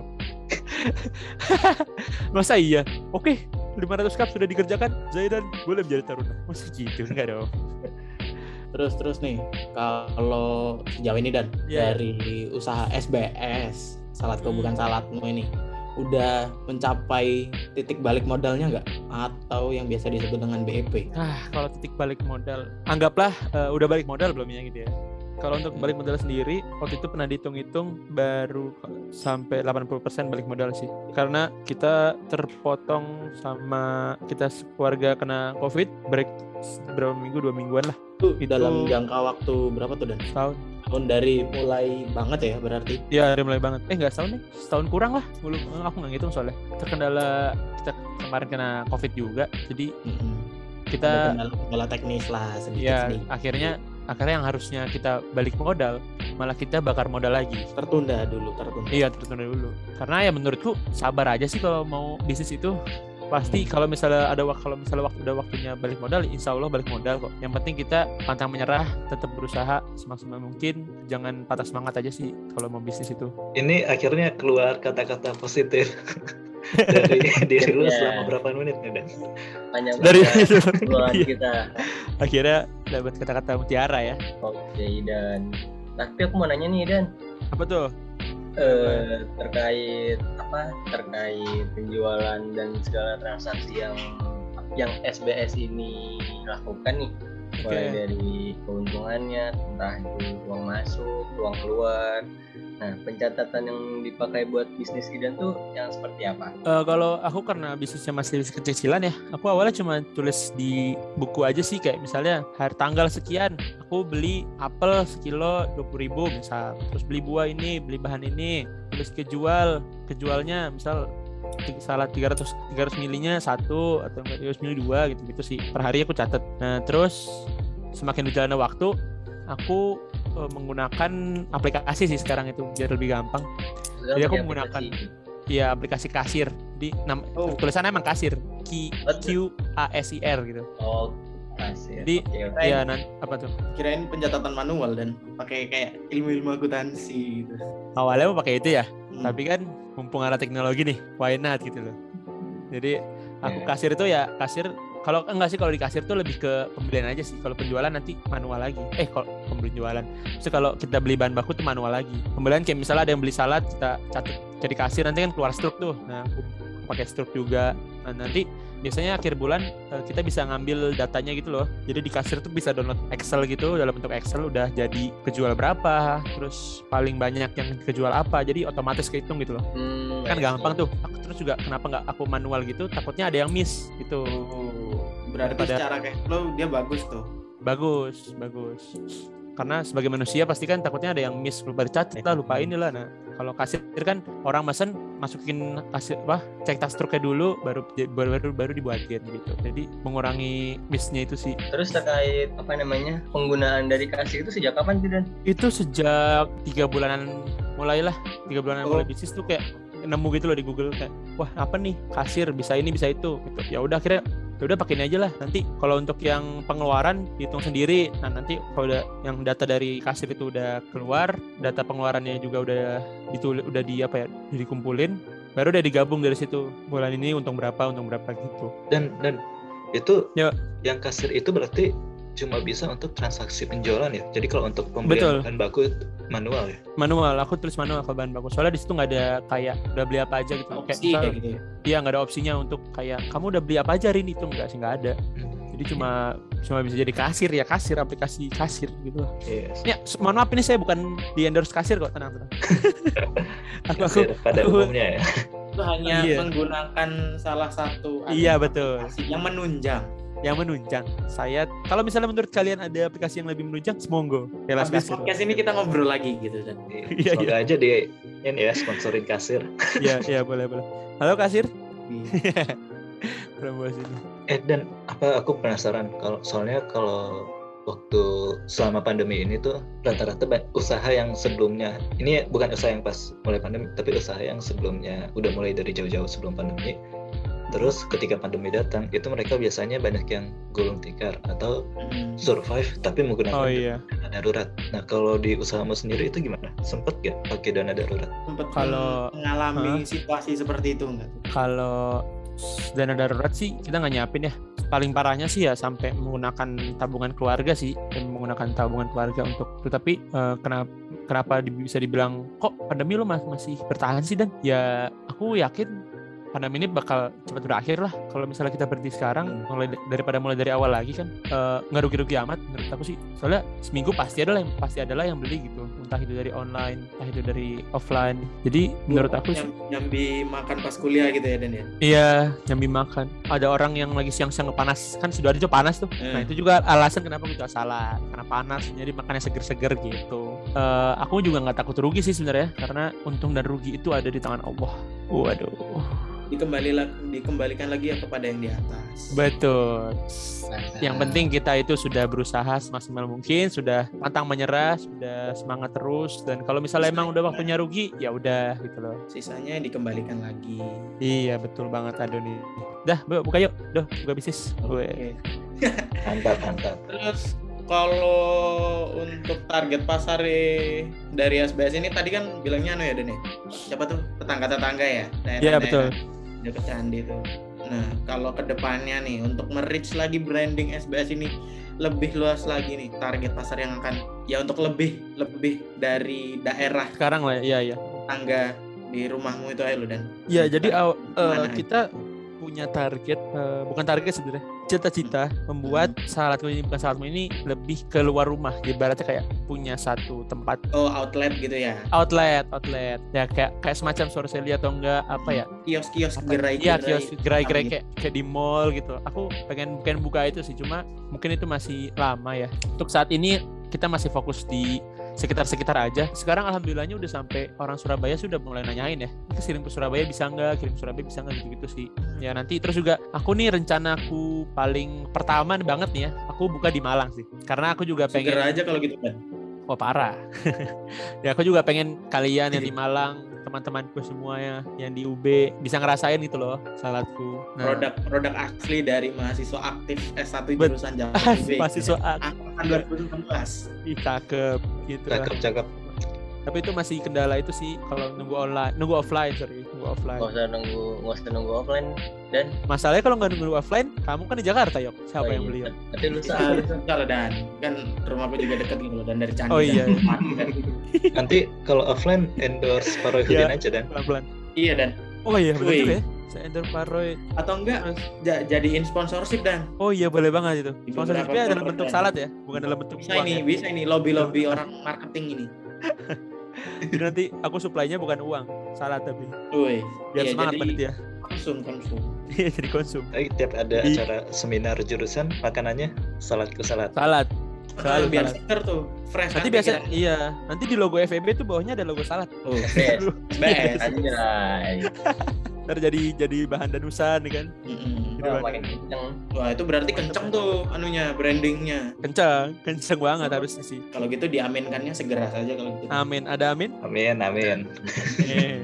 Masa iya? Oke, lima ratus cup sudah dikerjakan, Zaidan boleh menjadi taruna. Masa gitu? Enggak dong. Terus terus nih, kalau sejauh ini Dan, Yeah. dari usaha S B S, salad kau bukan saladmu ini, udah mencapai titik balik modalnya nggak? Atau yang biasa disebut dengan B E P? Ah, kalau titik balik modal, anggaplah uh, udah balik modal belum ya gitu ya. Kalau untuk balik modal sendiri, waktu itu pernah dihitung-hitung baru sampai delapan puluh persen balik modal sih. Karena kita terpotong sama kita keluarga kena COVID, break berapa minggu, dua mingguan lah. Itu Itu- dalam jangka waktu berapa tuh Dan? Setahun. Tahun dari mulai banget ya berarti? Ya, dari mulai banget. Eh, nggak setahun deh. Setahun kurang lah. Belum, aku nggak ngitung soalnya. Terkendala kita kemarin kena COVID juga. Jadi Mm-mm. kita Ada kendala, kendala teknis lah ya sedikit-sedikit. akhirnya akhirnya yang harusnya kita balik modal malah kita bakar modal lagi. Tertunda dulu, tertunda. Iya, tertunda dulu. Karena ya menurutku sabar aja sih kalau mau bisnis itu. Pasti kalau misalnya ada waktu kalau misalnya waktu udah waktunya balik modal, insya Allah balik modal kok. Yang penting kita pantang menyerah, tetap berusaha semaksimal mungkin, jangan patah semangat aja sih kalau mau bisnis itu. Ini akhirnya keluar kata-kata positif dari diri lu Ya. selama berapa menit nih, Dan? Panjang Dari banget itu. obrolan Iya. kita. Akhirnya dapat kata-kata mutiara ya. Oke, Dan. Tapi aku mau nanya nih, Dan. Apa tuh? Eh, terkait apa? Terkait penjualan dan segala transaksi yang yang S B S ini lakukan nih. Mulai Oke. dari keuntungannya, entah itu uang masuk, uang keluar. Nah, pencatatan yang dipakai buat bisnis Idan tuh yang seperti apa? Eh, kalau aku karena bisnisnya masih kecil-kecilan ya, aku awalnya cuma tulis di buku aja sih, kayak misalnya hari tanggal sekian aku beli apel sekilo dua puluh ribu misal, terus beli buah ini, beli bahan ini, tulis kejual, kejualnya misal ti- salah tiga ratus milinya satu atau enggak tiga ratus mili dua gitu gitu sih per hari aku catat. Nah terus semakin berjalannya waktu aku eh, menggunakan aplikasi sih sekarang itu biar lebih gampang. Jadi aku Pakai menggunakan aplikasi. ya aplikasi kasir di nam, Oh. tulisannya emang kasir Q, Q A S I R gitu. Oh, kasir. Jadi Oke, oke. ya nan, apa tuh Kirain pencatatan manual dan pakai kayak ilmu-ilmu akuntansi gitu. awalnya mau pakai itu ya, Hmm. tapi kan mumpung ada teknologi nih, why not gitu loh. Jadi aku Ya. kasir itu ya kasir. Kalau enggak sih, kalau di kasir tuh lebih ke pembelian aja sih. Kalau penjualan nanti manual lagi. Eh kalau pembelian jualan. Terus kalau kita beli bahan baku tuh manual lagi. Pembelian kayak misalnya ada yang beli salad, kita catat jadi kasir, nanti kan keluar struk tuh. Nah aku pakai struk juga. Nah nanti biasanya akhir bulan eh, kita bisa ngambil datanya gitu loh. Jadi di kasir tuh bisa download Excel gitu, dalam bentuk Excel udah jadi kejual berapa, terus paling banyak yang kejual apa. Jadi otomatis kehitung gitu loh. Hmm, Kan I see. gampang tuh. Aku terus juga kenapa nggak aku manual gitu? Takutnya ada yang miss gitu. Oh, berarti Daripada- secara cash flow dia bagus tuh. Bagus, bagus. Karena sebagai manusia pasti kan takutnya ada yang miss, lupa dicatat lah, lupa inilah. Nah, kalau kasir kan orang mesen masukin kasir apa, cek tas truknya dulu baru baru baru, baru dibuatin gitu. Jadi mengurangi missnya itu sih. Terus terkait apa namanya penggunaan dari kasir itu sejak kapan sih, Dan? Itu sejak tiga bulanan mulailah, tiga bulanan Oh. mulai bisnis tuh kayak nemu gitu loh di Google kayak, wah apa nih kasir bisa ini bisa itu gitu. Ya udah akhirnya ya udah pakai ini aja lah. Nanti kalau untuk yang pengeluaran dihitung sendiri. Nah nanti kalau udah yang data dari kasir itu udah keluar, data pengeluarannya juga udah ditulis, udah di apa ya, udah dikumpulin, baru udah digabung dari situ. Bulan ini untung berapa, untung berapa gitu. Dan dan itu Ya. yang kasir itu berarti cuma bisa untuk transaksi penjualan ya. Jadi kalau untuk Betul. pembelian bahan baku itu manual ya. Manual, aku tulis manual kalau bahan baku. Soalnya di situ nggak ada kayak udah beli apa aja gitu. Kayak Opsi misal, kayak gitu ya. iya nggak ada opsinya untuk kayak kamu udah beli apa aja hari ini, itu nggak sih, nggak ada. Hmm. Jadi cuma cuma bisa jadi kasir ya, kasir aplikasi kasir gitu lah. Yes. Ya, s- mohon maaf ini saya bukan di endorse kasir kok, tenang tenang. aku aku Kasir pada aku- umumnya ya. Itu hanya Iya. menggunakan salah satu Iya, ada betul. aplikasi yang menunjang. yang menunjang. Saya kalau misalnya menurut kalian ada aplikasi yang lebih menunjang, semonggo. Kelas Habis kasir. podcast ini kita ngobrol lagi gitu dan. Iya, Semoga aja di ini ya sponsorin kasir. Iya, iya boleh boleh. Halo kasir. Promosi. Eh dan apa aku penasaran kalau soalnya kalau waktu selama pandemi ini tuh rata-rata ba- usaha yang sebelumnya ini bukan usaha yang pas mulai pandemi tapi usaha yang sebelumnya udah mulai dari jauh-jauh sebelum pandemi. Terus ketika pandemi datang itu mereka biasanya banyak yang gulung tikar atau Hmm. survive tapi menggunakan Oh iya. dana darurat. Nah kalau di usahamu sendiri itu gimana? Sempet gak pakai dana darurat? Sempet Kalau- mengalami situasi seperti itu enggak? Kalau dana darurat sih kita nggak nyiapin ya. Paling parahnya sih ya sampai menggunakan tabungan keluarga sih, dan menggunakan tabungan keluarga untuk itu. Tapi eh, kenapa kenapa di- bisa dibilang kok pandemi lo mas- masih bertahan sih, dan ya aku yakin pandemi ini bakal cepat berakhir lah. Kalau misalnya kita berhenti sekarang, mulai daripada mulai dari awal lagi kan eh, nggak rugi-rugi amat menurut aku sih. Soalnya seminggu pasti adalah yang pasti adalah yang beli gitu, entah itu dari online, entah itu dari offline. Jadi menurut aku sih Nyam- nyambi makan pas kuliah gitu ya Dan ya. iya, nyambi makan. Ada orang yang lagi siang-siang panas, kan Sidoarjo panas tuh. Eh. Nah itu juga alasan kenapa kita salah, karena panas, jadi makannya seger-seger gitu. Eh, aku juga nggak takut rugi sih sebenarnya, karena untung dan rugi itu ada di tangan Allah. Waduh. dikembali dikembalikan lagi ya kepada yang di atas. Betul. Nah, Yang penting kita itu sudah berusaha semaksimal mungkin, sudah pantang menyerah, sudah semangat terus, dan kalau misalnya emang udah waktunya rugi, ya udah gitu loh. Sisanya dikembalikan lagi. Iya betul banget Adoni. Dah, Bu, buka yuk. Duh, buka bisnis. Gue. Mantap, mantap. Terus kalau untuk target pasar dari S B S ini tadi kan bilangnya anu ya Don ya. Siapa tuh? Tetangga-tetangga ya? Iya betul. Dekat candi tuh. Nah, kalau kedepannya nih untuk merich lagi branding S B S ini lebih luas lagi nih target pasar yang akan ya untuk lebih lebih dari daerah Sekarang lah, iya iya. tangga di rumahmu itu aja lo Dan. Iya, jadi aw- eh, Gimana? kita punya target, eh, bukan target sebenarnya, cita-cita membuat salatku ini bukan salatmu ini lebih keluar rumah. Ibaratnya kayak punya satu tempat Oh, outlet gitu ya. outlet, outlet. Ya kayak kayak semacam Sorseli atau enggak apa ya? Kios-kios Apa- gerai Iya, kios gerai-gerai kayak kayak di mall gitu. Aku pengen pengen buka itu sih, cuma mungkin itu masih lama ya. Untuk saat ini kita masih fokus di sekitar-sekitar aja. Sekarang alhamdulillahnya udah sampai orang Surabaya sudah mulai nanyain ya, kirim ke Surabaya bisa nggak, kirim ke Surabaya bisa nggak, gitu-gitu sih. Ya nanti terus juga aku nih rencanaku paling pertama banget nih ya, aku buka di Malang sih. Karena aku juga pengen. Segera aja kalau gitu kan. Wah parah. Ya aku juga pengen kalian yang di Malang, teman-temanku semuanya yang di U B bisa ngerasain gitu loh salatku. Nah, Produk produk asli dari mahasiswa aktif S satu Bet- jurusan Jakarta U B. mahasiswa Angkatan dua ribu sembilan belas. ih, cakep gitu lah. Cakep, cakep. Tapi itu masih kendala itu sih kalau nunggu online, nunggu offline sorry, nunggu offline. nggak usah nunggu nggak usah nunggu offline dan Masalahnya kalau nggak nunggu offline, kamu kan di Jakarta Yok. Siapa oh yang iya, beli Yok? nanti lu Bisa, salah bisa lah Dan. Kan rumahku juga dekat gitu loh Dan dari Candi. Oh, dan iya. Mati, Dan. Nanti kalau offline endorse Paroy Hudin aja dan. Pelan-pelan. Iya Dan. Oh iya betul Wih. juga ya. Saya endorse Paroy. Atau enggak Terus. ja- jadiin sponsorship Dan. Oh iya boleh banget itu. Di Sponsorshipnya beberapa dalam program. bentuk salad ya, bukan dalam bentuk Bisa uang ini, ya. bisa ini lobby-lobby orang marketing ini. Jadi nanti aku supply-nya bukan uang, salad tapi Woi. biar Iya, semangat jadi panitia. konsum konsum. Iya jadi konsum. Tapi tiap ada Di- acara seminar jurusan makanannya salad ke salad. Salad. Selalu Selalu biar salad. seger tuh, fresh. Nanti kan biasa pikiran. iya, nanti di logo F E B tuh bawahnya ada logo salad. Oh, best best. anjay Ntar jadi jadi bahan danusan nih kan. Mm-mm. oh, makin kenceng Wah itu berarti kenceng tuh anunya brandingnya. Kencang, kencang banget harusnya sih. Kalau gitu diaminkannya segera saja kalau gitu. Amin, ada amin. Amin, amin. Amin.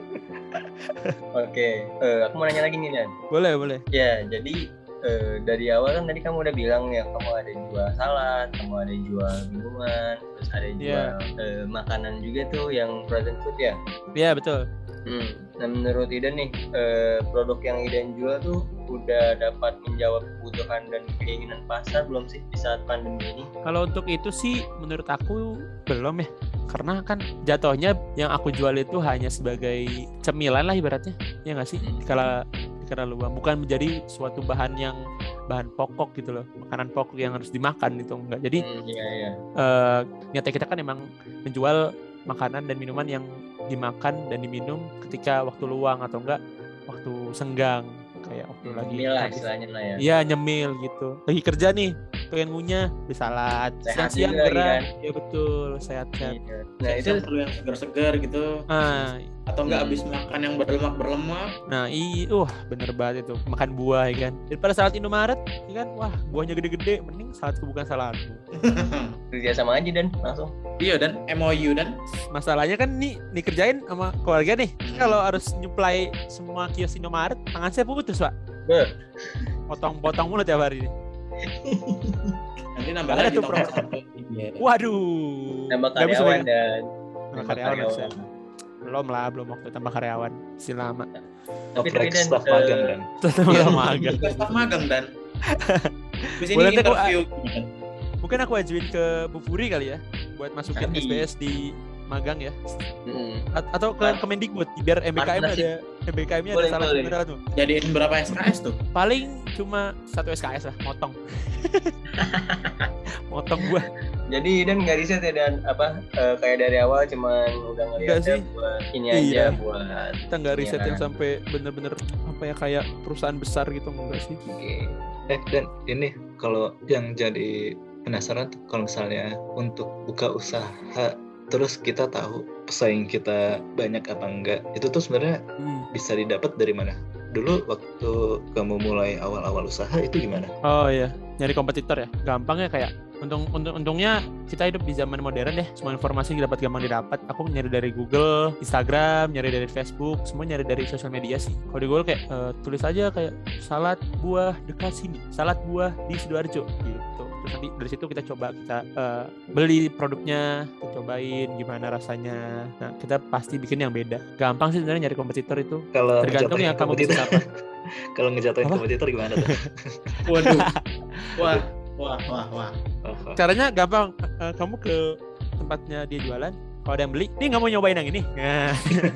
oke eh, aku mau nanya lagi nih Dan Boleh, boleh. ya jadi eh, dari awal kan tadi kamu udah bilang ya kamu ada jual salad kamu ada jual minuman terus ada jual eh, makanan juga tuh yang frozen food ya. Iya, betul. Hmm. Nah menurut Idan nih eh, produk yang Idan jual tuh udah dapat menjawab kebutuhan dan keinginan pasar belum sih di saat pandemi ini? Kalau untuk itu sih menurut aku belum ya. Karena kan jatuhnya yang aku jual itu hanya sebagai cemilan lah ibaratnya. Ya nggak sih? Hmm. Dikala dikala luang, bukan menjadi suatu bahan yang bahan pokok gitu loh. Makanan pokok yang harus dimakan gitu enggak. Jadi Hmm, iya iya. eh niatnya kita kan emang menjual makanan dan minuman yang dimakan dan diminum ketika waktu luang atau enggak waktu senggang, kayak waktu lagi Nyemil lah habis- istilahnya lah ya. Iya nyemil gitu. Lagi kerja nih, pengen ngunyah, di salad. Sehat Siang-siang juga lagi gerak. kan. Iya betul, sehat-sehat. Iya. Nah itu Siang perlu yang segar-segar gitu. Nah, Atau enggak Hmm. habis makan yang berlemak-berlemak. nah iya, uh bener banget itu. Makan buah ya kan. Daripada salad Indomaret, ya kan, wah buahnya gede-gede, mending saladku bukan saladku. kerja sama aja Dan langsung. Iya Dan M O U Dan. Masalahnya kan nih, nih kerjain sama keluarga nih. Hmm. Kalau harus nyuplai semua kios Indomaret, tangan saya putus pak. Beh. Potong-potong mulu tiap hari. Nanti nambah Ada lagi tuh tong promo. satu. Iya. Waduh. Nambah Nggak bisa karyawan pegang. dan Nambah karyawan nggak bisa. Belum lah, belum waktu tambah karyawan. Masih lama. Tapi Oprek tapi Dan staff eh, magang dan. Tetap Iya, lama agak. juga staf magang Dan. Di sini Boleh ntar gua- interview. Mungkin aku ajuin ke Bu Puri kali ya, buat masukin Nanti. S B S di magang ya. mm, A- atau ke Nah. Kemendikbud biar M B K M Partnership. ada M B K M-nya ada Boleh, salah boleh. satu tuh. Jadiin berapa S K S tuh? Paling cuma satu S K S lah, motong. Motong gua. Jadi Dan nggak riset ya Dan apa eh, kayak dari awal cuman udah Nggak ngeliat sih. buat ini Iya. aja buat Kita nggak riset Iya. yang sampai bener-bener apa ya kayak perusahaan besar gitu enggak sih. oke. Eh dan ini kalau yang jadi penasaran tuh kalau misalnya untuk buka usaha terus kita tahu pesaing kita banyak apa enggak itu tuh sebenarnya Hmm. bisa didapat dari mana? dulu waktu kamu mulai awal-awal usaha itu gimana? Oh iya, nyari kompetitor ya. Gampang ya kayak untung, untung untungnya kita hidup di zaman modern deh. Semua informasi dapat gampang didapat. Aku nyari dari Google, Instagram, nyari dari Facebook, semua nyari dari sosial media sih. Kalau di Google kayak uh, tulis aja kayak salad buah dekat sini, salad buah di Sidoarjo gitu. Terus nanti dari situ kita coba kita uh, beli produknya, kita cobain gimana rasanya. Nah, kita pasti bikin yang beda. Gampang sih sebenarnya nyari kompetitor itu. Kalau Tergantung ngejatuhin yang kamu kompetitor- bisa apa. Kalau ngejatuhin Apa? kompetitor gimana tuh? Waduh. Wah, wah, wah, wah. Oh, oh. Caranya gampang, eh, kamu ke tempatnya dia jualan, kalau ada yang beli, nih nggak mau nyobain yang ini, nah,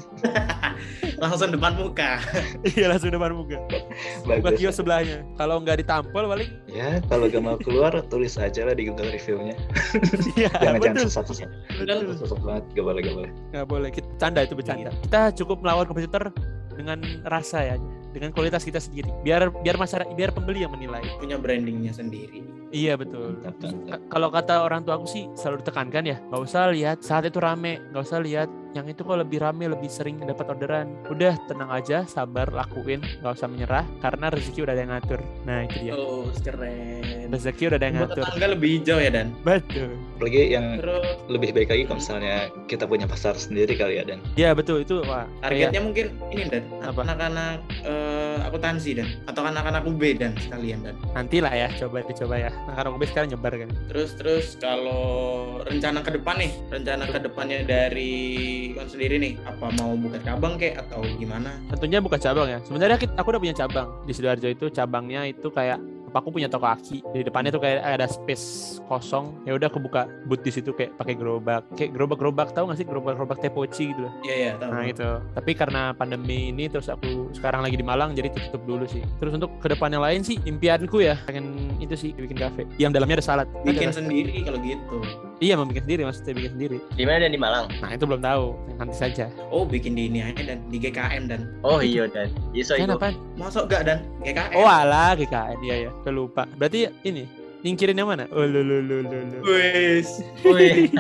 Langsung depan muka. iya langsung depan muka, buka Bagus. kios sebelahnya. Kalau nggak ditampol paling, Ya, kalau gak mau keluar tulis aja lah di Google review-nya. iya Jangan jangan betul, sesat-sesat. betul. Sesat banget, gak boleh gak boleh. Nggak boleh, kita canda itu bercanda. Kita cukup melawan kompetitor dengan rasa ya, dengan kualitas kita sendiri. Biar biar masyarakat, biar pembeli yang menilai. Punya brandingnya sendiri. Iya betul. Mantap, Terus, mantap. ka- kalau kata orang tua aku sih selalu ditekankan ya, nggak usah lihat saat itu rame, nggak usah lihat yang itu kok lebih rame, lebih sering dapat orderan. Udah tenang aja, sabar, lakuin, nggak usah menyerah karena rezeki udah ada yang ngatur. Nah itu dia, Oh, keren. rezeki udah ada yang Buat ngatur. tetangga lebih hijau ya, Dan. Betul. Apalagi yang Terus lebih baik lagi kalau misalnya kita punya pasar sendiri kali ya, Dan. Iya betul itu, wah. Kayak, targetnya mungkin ini, Dan. Apa? Anak-anak eh, akuntansi, Dan. Atau anak-anak U B, Dan, sekalian, Dan. nanti lah ya, coba dicoba ya. Nah karena gue sekarang nyebar kan. Terus terus kalau rencana ke depan nih, rencana ke depannya dari kan sendiri nih, apa mau buka cabang kek atau gimana? Tentunya bukan cabang ya. Sebenarnya kita- aku udah punya cabang di Sidoarjo itu. Cabangnya itu kayak aku punya toko aki, di depannya tuh kayak ada space kosong. Ya udah aku buka booth di situ kayak pakai gerobak, kayak gerobak-gerobak, tahu nggak sih gerobak-gerobak tepoci gitu loh. Iya, iya, tahu. Nah itu. Tapi karena pandemi ini terus aku sekarang lagi di Malang jadi tutup dulu sih. Terus untuk kedepan yang lain sih impianku ya pengen itu sih bikin kafe yang dalamnya ada salad. Bikin Ada- sendiri kalau gitu. Iya mau bikin sendiri, maksudnya bikin sendiri. Di mana dan di Malang? Nah itu belum tahu, nanti saja. Oh, bikin di ini aja, Dan, di G K M, Dan. Oh iya dan. Iso Kan itu. apaan? Masuk gak, Dan? G K M. Oh alah G K N, iya ya, saya lupa. Berarti ini nyingkirin yang mana? Oh lo lo lo lo lo. Wes. Wih.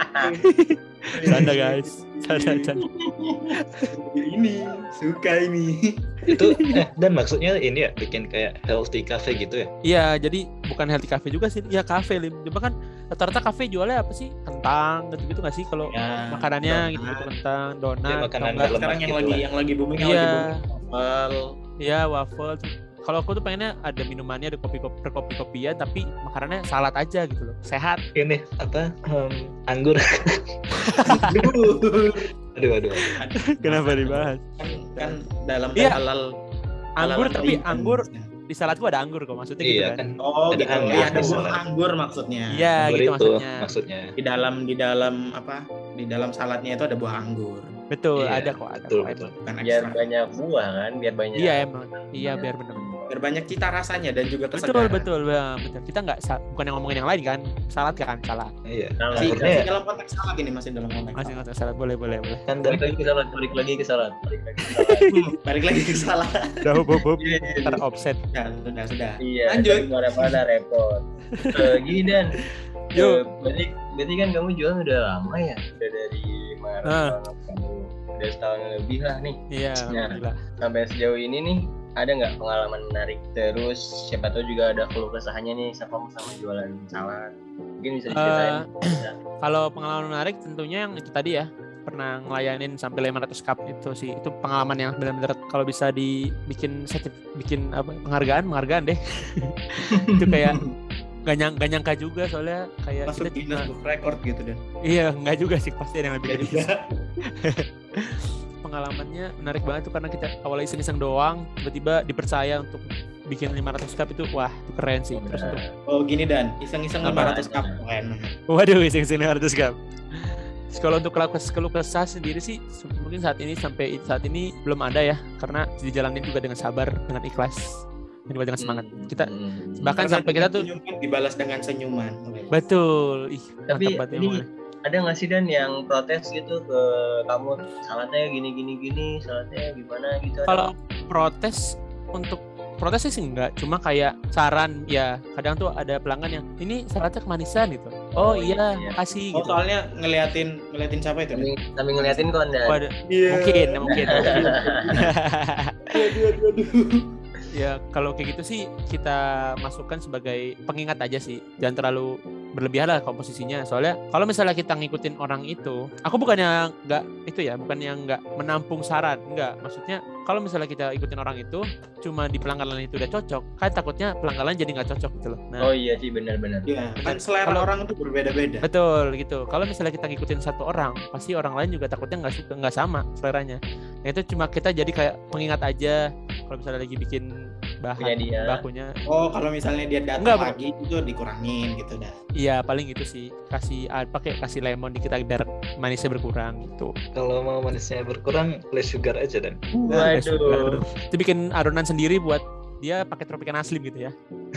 Canda guys, canda canda. Ini suka ini. Itu eh, Dan maksudnya ini ya bikin kayak healthy cafe gitu ya? Iya, jadi bukan healthy cafe juga sih, ya cafe lim. Cuma kan rata-rata cafe jualnya apa sih? Kentang gitu-gitu nggak sih kalau Ya, makanannya donat. gitu, kentang, Ya, donat, makanan atau enggak- berlemak Sekarang yang gitu lagi lah. yang lagi booming yang Iya. lagi booming. Waffle. Iya waffle. Kalau aku tuh pengennya ada minumannya, ada kopi-kopi, kopi-kopian, tapi makanannya salad aja gitu loh, sehat. Ini apa? em, anggur. Aduh, aduh, aduh. Kenapa dibahas? Kan, kan dalam Iya. halal Anggur halal tapi ikan. anggur di saladku ada anggur kok, maksudnya gitu Iya kan. kan. Oh, Ada gitu. anggur Iya, ada di buah salad. anggur maksudnya. Iya Anggur gitu itu maksudnya. maksudnya. Di dalam di dalam apa? Di dalam saladnya itu ada buah anggur. Betul, Iya, ada kok, ada betul, kok. betul. emang. Bukan Biar ekstra. banyak buah kan, biar banyak. Iya emang, iya biar benar. Biar banyak cita rasanya dan juga Betul kesegaran. betul, ya, betul. Kita nggak sa- bukan yang ngomongin yang lain kan, salad kan, salad. Iya. Nah, Masih, Angurnya masih dalam konteks salad ini, masih dalam konteks. Masih salad. nggak salad, boleh boleh boleh. kan Dan Balik lagi ke salad, balik lagi ke salad, balik lagi ke salad. Balik lagi ke salad. Udah hub hub hub, Iya, iya, ntar iya. offset. Sudah, sudah, sudah. Iya, Lanjut. tapi mana-mana repot. Eh, gini Dan, Yuk. eh, berarti, berarti kan kamu jualan udah lama ya? Udah dari Maret Ah. banget kamu. Udah setahun lebih lah nih. Iya, Nah. alhamdulillah. Sampai sejauh ini nih, ada nggak pengalaman menarik? Terus siapa tahu juga ada keluh kesahnya nih sama sama jualan salad. Mungkin bisa diceritain. Bisa. Kalau pengalaman menarik tentunya yang itu tadi ya, pernah ngelayanin sampai lima ratus cup itu sih, itu pengalaman yang benar-benar kalau bisa dibikin sertif, bikin apa penghargaan penghargaan deh. Itu kayak gak, nyang, gak nyangka juga soalnya kayak Masuk kita Guinness cuma- Book Record gitu dan. iya nggak juga sih, pasti ada yang lebih Iya dari juga. pengalamannya menarik banget tuh karena kita awalnya iseng-iseng doang, tiba-tiba dipercaya untuk bikin lima ratus cup itu wah itu keren sih. Terus untuk Oh gini dan, iseng-iseng Apa? lima ratus cup. Keren. waduh iseng-iseng lima ratus cup. Terus kalau untuk keluh kes- keluh kesah sendiri sih se- mungkin saat ini sampai saat ini belum ada ya, karena dijalanin juga dengan sabar, dengan ikhlas, dan juga dengan semangat. Kita Hmm. bahkan Karena sampai kita tuh senyuman dibalas dengan senyuman. betul, ih Tapi mantap banget ini emang. ada nggak sih Dan yang protes gitu ke kamu, saladnya gini gini gini, saladnya gimana gitu? ada Kalau protes, untuk protes sih enggak, cuma kayak saran ya, kadang tuh ada pelanggan yang ini saladnya kemanisan gitu. Oh, Oh, iya, iya. makasih Oh gitu. soalnya ngeliatin ngeliatin siapa itu? Sambil, sambil ngeliatin kondan. Waduh, Iya. mungkin, mungkin, mungkin. Aduh, aduh, aduh. Ya kalau kayak gitu sih kita masukkan sebagai pengingat aja sih, jangan terlalu berlebihan lah komposisinya. Soalnya kalau misalnya kita ngikutin orang itu, aku bukannya nggak itu ya, bukannya nggak menampung saran, nggak. Maksudnya kalau misalnya kita ikutin orang itu, cuma di pelanggaran itu udah cocok, kan takutnya pelanggaran jadi nggak cocok gitu loh. Nah, Oh iya sih benar-benar. Iya, kan selera Kalau- orang itu berbeda-beda. betul gitu. Kalau misalnya kita ngikutin satu orang, pasti orang lain juga takutnya nggak suka, nggak sama seleranya. Nah itu cuma kita jadi kayak pengingat aja. Kalau misalnya lagi bikin bahan Punya dia. bakunya, Oh, kalau misalnya dia datang Enggak, Bu. lagi itu dikurangin gitu dah. iya paling itu sih. Kasih apa kayak kasih lemon dikit aja biar manisnya berkurang gitu. Kalau mau manisnya berkurang, less sugar aja dan. Nah, ada sugar. Waduh. Itu bikin adonan sendiri buat dia pakai Tropicana Slim gitu ya.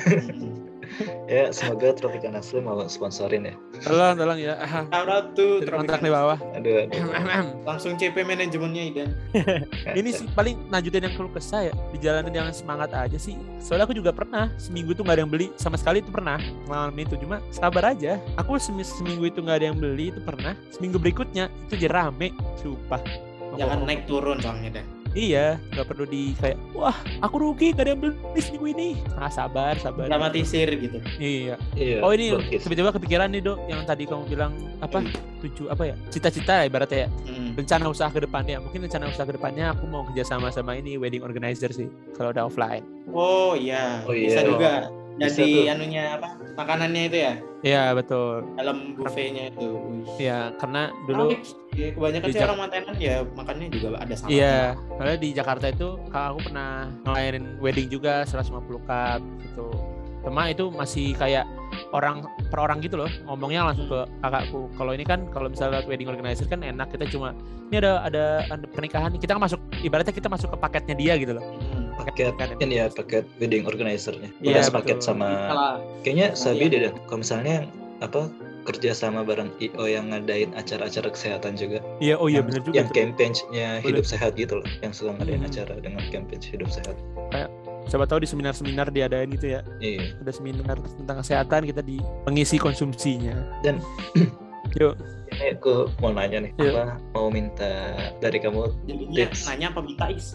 Ya, semoga Tropicana Slim mau sponsorin ya. Tolong, tolong ya. Ah, Shout out tuh dari kontrak di Tropicana. bawah. Aduh, aduh. Langsung C P manajemennya Idan. Ini sih paling lanjutin yang keluh kesah ya. Dijalanin dengan semangat aja sih. Soalnya aku juga pernah seminggu itu nggak ada yang beli sama sekali, itu pernah ngalamin itu. Cuma sabar aja. Aku semi- seminggu itu nggak ada yang beli, itu pernah. Seminggu berikutnya itu jadi rame, sumpah. Jangan naik turun soalnya dah. Iya, nggak perlu di kayak, wah aku rugi gak ada yang beli seminggu ini. Ah sabar, sabar. Dramatisir gitu. Iya. Iya. Oh ini logis. tiba-tiba kepikiran nih Dok, yang tadi kamu bilang apa tujuh apa ya, cita-cita ya ibaratnya ya, Hmm. rencana usaha ke depannya. Mungkin rencana usaha ke depannya aku mau kerja sama sama ini wedding organizer sih kalau udah offline. Oh iya, Oh, bisa iya. juga. Bisa Jadi tuh. anunya apa? Makanannya itu ya, Iya betul. dalam buffetnya itu. Wih. Iya karena dulu Ya, kebanyakan di sih Jak- orang mantenan ya makannya juga ada salah. iya, soalnya di Jakarta itu kakak aku pernah ngelayanin wedding juga seratus lima puluh cup gitu. Cuma itu masih kayak orang per orang gitu loh, ngomongnya langsung ke kakakku. Kalau ini kan kalau misalnya wedding organizer kan enak, kita cuma ini ada ada, ada pernikahan, kita kan masuk ibaratnya kita masuk ke paketnya dia gitu loh. Hmm. Paket ini ya, paket wedding organizer-nya. Iya, Bukan sepaket betul. sama Salah. kayaknya Sama Sabi dia. deh dan. Kalau misalnya yang apa kerja sama bareng I O yang ngadain acara-acara kesehatan juga. Iya, oh iya yang, benar juga yang tuh. campaign-nya hidup sehat gitu loh, yang suka ngadain Hmm. acara dengan campaign hidup sehat. Siapa tahu di seminar-seminar diadain gitu ya. Iya. Ada seminar tentang kesehatan, kita di pengisi konsumsinya. Dan Yuk, ini aku mau nanya nih, Iya. apa mau minta dari kamu Jadinya tips. nanya apa minta is?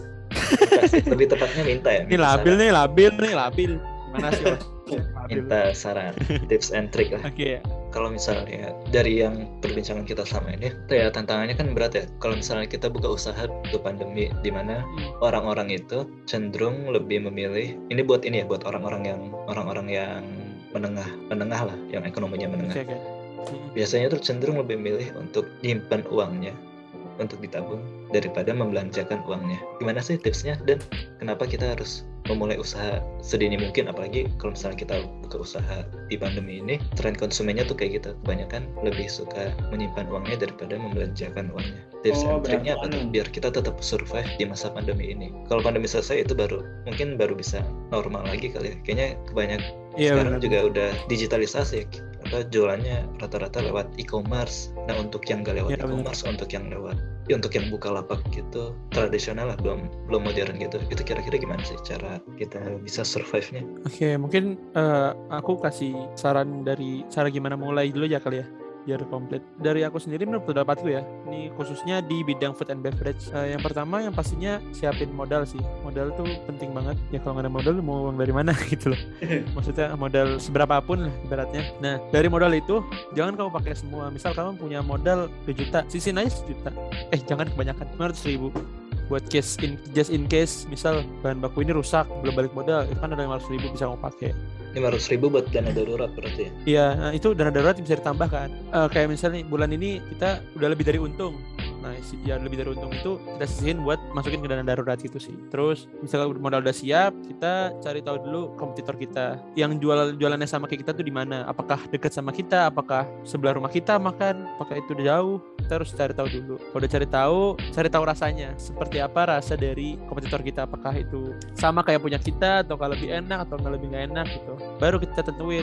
Lebih tepatnya minta ya. ini minta labil saran. nih, labil nih, labil. Gimana sih? Mas? Labil. Minta saran, tips and trick lah. Oke. Kalau misalnya dari yang perbincangan kita selama ini, ya tantangannya kan berat ya. Kalau misalnya kita buka usaha untuk pandemi, di mana Hmm. orang-orang itu cenderung lebih memilih. Ini buat ini ya, buat orang-orang yang orang-orang yang menengah, menengah lah, yang ekonominya menengah. Oke, oke. Hmm. Biasanya tuh cenderung lebih memilih untuk nyimpan uangnya, untuk ditabung daripada membelanjakan uangnya. Gimana sih tipsnya dan kenapa kita harus memulai usaha sedini mungkin, apalagi kalau misalnya kita buka usaha di pandemi ini, tren konsumennya tuh kayak gitu, kebanyakan lebih suka menyimpan uangnya daripada membelanjakan uangnya. Tips Oh, and triknya apa berarti tuh anu. biar kita tetap survive di masa pandemi ini. Kalau pandemi selesai itu baru mungkin baru bisa normal lagi kali ya. Kayaknya kebanyakan Iya, sekarang benar. juga udah digitalisasi, apa jualannya rata-rata lewat e-commerce. Nah untuk yang gak lewat Iya, benar. e-commerce, untuk yang lewat ya untuk yang buka lapak gitu tradisional lah, belum belum modern gitu, itu kira-kira gimana sih cara kita bisa survive-nya? Oke, mungkin eh, aku kasih saran dari cara gimana mulai dulu ya kali ya, biar komplit. Dari aku sendiri menurut pendapatku ya, ini khususnya di bidang food and beverage. Eh, yang pertama yang pastinya siapin modal sih. Modal tuh penting banget. Ya kalau nggak ada modal mau uang dari mana gitu loh. Maksudnya modal seberapapun lah ibaratnya. Nah dari modal itu jangan kamu pakai semua. Misal kamu punya modal dua juta, sisin aja sejuta. Eh jangan kebanyakan, lima ratus ribu. Buat case in just in case misal bahan baku ini rusak belum balik modal, itu kan ada lima ratus ribu bisa kamu pakai. lima ratus ribu buat dana darurat berarti ya? Iya, nah itu dana darurat bisa ditambahkan. Eh, kayak misalnya bulan ini kita udah lebih dari untung. Nah, si- ya lebih dari untung itu kita sisihin buat masukin ke dana darurat itu sih. Terus misalnya modal udah siap, kita cari tahu dulu kompetitor kita yang jual jualannya sama kayak kita tuh di mana. Apakah dekat sama kita? Apakah sebelah rumah kita makan? Apakah itu udah jauh? Kita harus cari tahu dulu. Kalau udah cari tahu, cari tahu rasanya. Seperti apa rasa dari kompetitor kita? Apakah itu sama kayak punya kita atau kalau lebih enak atau nggak lebih nggak enak gitu. Baru kita tentuin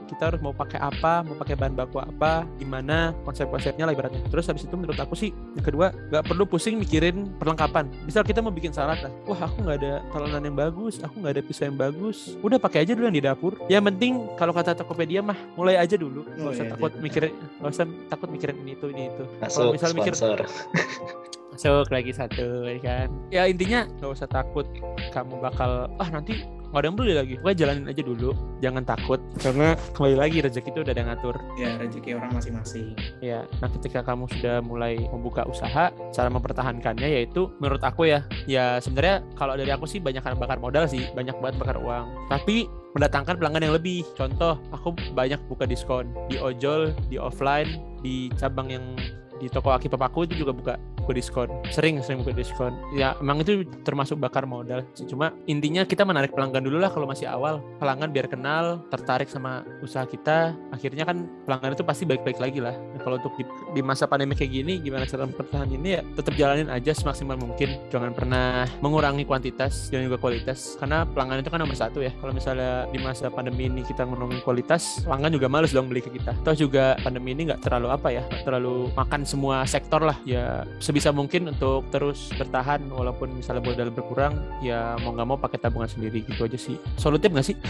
kita harus mau pakai apa, mau pakai bahan baku apa, gimana konsep-konsepnya lah ibaratnya. Terus habis itu menurut aku sih yang kedua, nggak perlu pusing mikirin perlengkapan. Misal kita mau bikin salad lah, wah aku nggak ada talenan yang bagus, aku nggak ada pisau yang bagus, udah pakai aja dulu yang di dapur. Yang penting kalau kata Tokopedia mah mulai aja dulu, nggak usah Mulai takut aja. mikirin, nggak usah takut mikirin ini itu ini itu. Masuk Kalau misal mikir sponsor. masuk lagi satu ya kan, ya intinya nggak usah takut kamu bakal ah nanti nggak ada yang beli lagi, pokoknya jalanin aja dulu, jangan takut karena kembali lagi rezeki itu udah ada yang ngatur Ya rezeki orang masing-masing. ya. Nah ketika kamu sudah mulai membuka usaha, cara mempertahankannya yaitu menurut aku ya ya sebenarnya kalau dari aku sih banyak kan bakar modal sih, banyak banget bakar uang, tapi mendatangkan pelanggan yang lebih. Contoh, aku banyak buka diskon di ojol, di offline, di cabang yang di toko aki papaku itu juga buka buka diskon, sering sering buka diskon. Ya emang itu termasuk bakar modal sih. Cuma intinya kita menarik pelanggan dulu lah kalau masih awal, pelanggan biar kenal, tertarik sama usaha kita. Akhirnya kan pelanggan itu pasti baik-baik lagi lah. Nah, kalau untuk di, di masa pandemi kayak gini, gimana cara mempertahankan ini ya tetap jalanin aja semaksimal mungkin. Jangan pernah mengurangi kuantitas dan juga kualitas, karena pelanggan itu kan nomor satu ya. Kalau misalnya di masa pandemi ini kita ngurangin kualitas, pelanggan juga males dong beli ke kita. Toh juga pandemi ini nggak terlalu apa ya, nggak terlalu makan semua sektor lah ya. Sebisa mungkin untuk terus bertahan walaupun misalnya modal berkurang, ya mau nggak mau pakai tabungan sendiri gitu aja sih. Solutif nggak sih?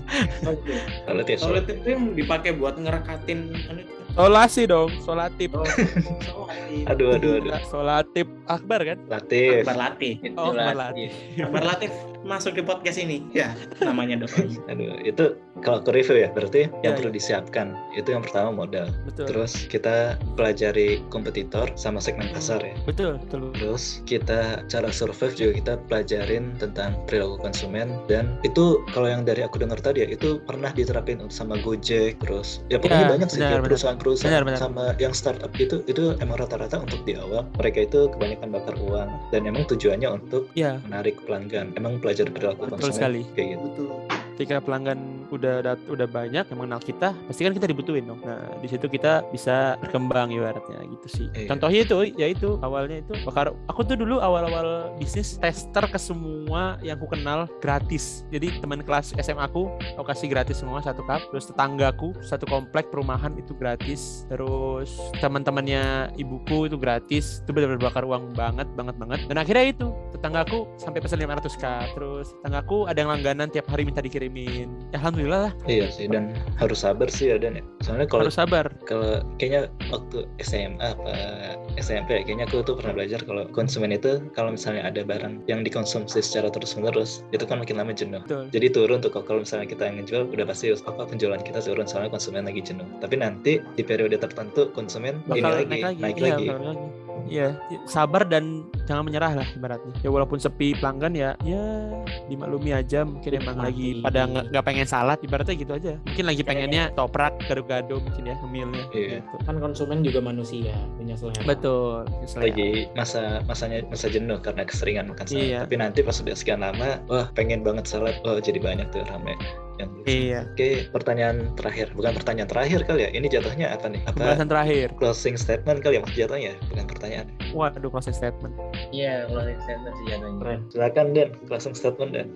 Oke. Kalau tiap Soalnya itu yang dipakai buat ngerekatin anu itu. Solasi dong, solatif. Oh, soalnya. Aduh, aduh, aduh. Solatif Akbar kan? Latif. Akbar Latif. Itu Oh, lah. Latif. Akbar Latif masuk di podcast ini. Ya, namanya doi. Aduh, itu kalau aku review ya, berarti yang Ya, perlu ya. disiapkan itu yang pertama modal. Betul. Terus kita pelajari kompetitor sama segmen pasar ya. Betul, betul. Terus kita cara survive juga kita pelajarin tentang perilaku konsumen, dan itu kalau yang dari aku dengar tadi ya itu pernah diterapin sama Gojek, terus ya pokoknya Ya, banyak sih benar, kayak benar. perusahaan-perusahaan Benar, benar. sama yang startup itu itu emang rata-rata untuk di awal mereka itu kebanyakan bakar uang dan emang tujuannya untuk Ya, menarik pelanggan, emang pelajari perilaku betul konsumen sekali. kayak gitu. Betul. Ketika pelanggan udah dat- udah banyak yang mengenal kita, pasti kan kita dibutuhin dong. Nah, di situ kita bisa berkembang ibaratnya gitu sih. Iya. Contohnya itu, ya itu awalnya itu bakar. Aku tuh dulu awal-awal bisnis tester ke semua yang ku kenal gratis. Jadi teman kelas S M A aku, aku kasih gratis semua satu cup. Terus tetanggaku satu komplek perumahan itu gratis. Terus teman-temannya ibuku itu gratis. Itu benar-benar bakar uang banget, banget banget. Dan akhirnya itu tetanggaku sampai pesan lima ratus cup. Terus tetanggaku ada yang langganan tiap hari minta dikirim. Ya, alhamdulillah lah, Iya sih, dan harus sabar sih ya Dan ya. Soalnya kalau harus sabar. kalau kayaknya waktu S M A apa S M P ya, kayaknya aku tuh pernah belajar kalau konsumen itu kalau misalnya ada barang yang dikonsumsi secara terus-menerus itu kan makin lama jenuh. Betul. Jadi turun tuh kalau misalnya kita yang ngejual udah pasti apa penjualan kita turun soalnya konsumen lagi jenuh. Tapi nanti di periode tertentu konsumen ini Bakal lagi naik lagi, naik iya, lagi. bakal naik lagi. Iya, sabar dan jangan menyerah lah ibaratnya. Ya walaupun sepi pelanggan ya, ya dimaklumi aja. Mungkin emang Nikmati. lagi pada nggak nggak pengen salad, ibaratnya gitu aja. Mungkin lagi pengennya toprak, gado-gado mungkin ya, ngemilnya. Iya. Gitu. Kan konsumen juga manusia, punya selera. Betul. selera. Lagi masa masanya masa jenuh karena keseringan makan salad. Iya. Tapi nanti pas udah sekian lama, wah pengen banget salad, wah jadi banyak tuh rame yang beli. Iya. Oke, pertanyaan terakhir, bukan pertanyaan terakhir kali ya. Ini jatuhnya apa nih? Apa Pembahasan terakhir. closing statement kali ya mas jatuhnya, bukan pertanyaan. Waduh, closing statement. Iya, closing statement sih jatuhnya. Keren. Silakan Dan, closing statement Dan.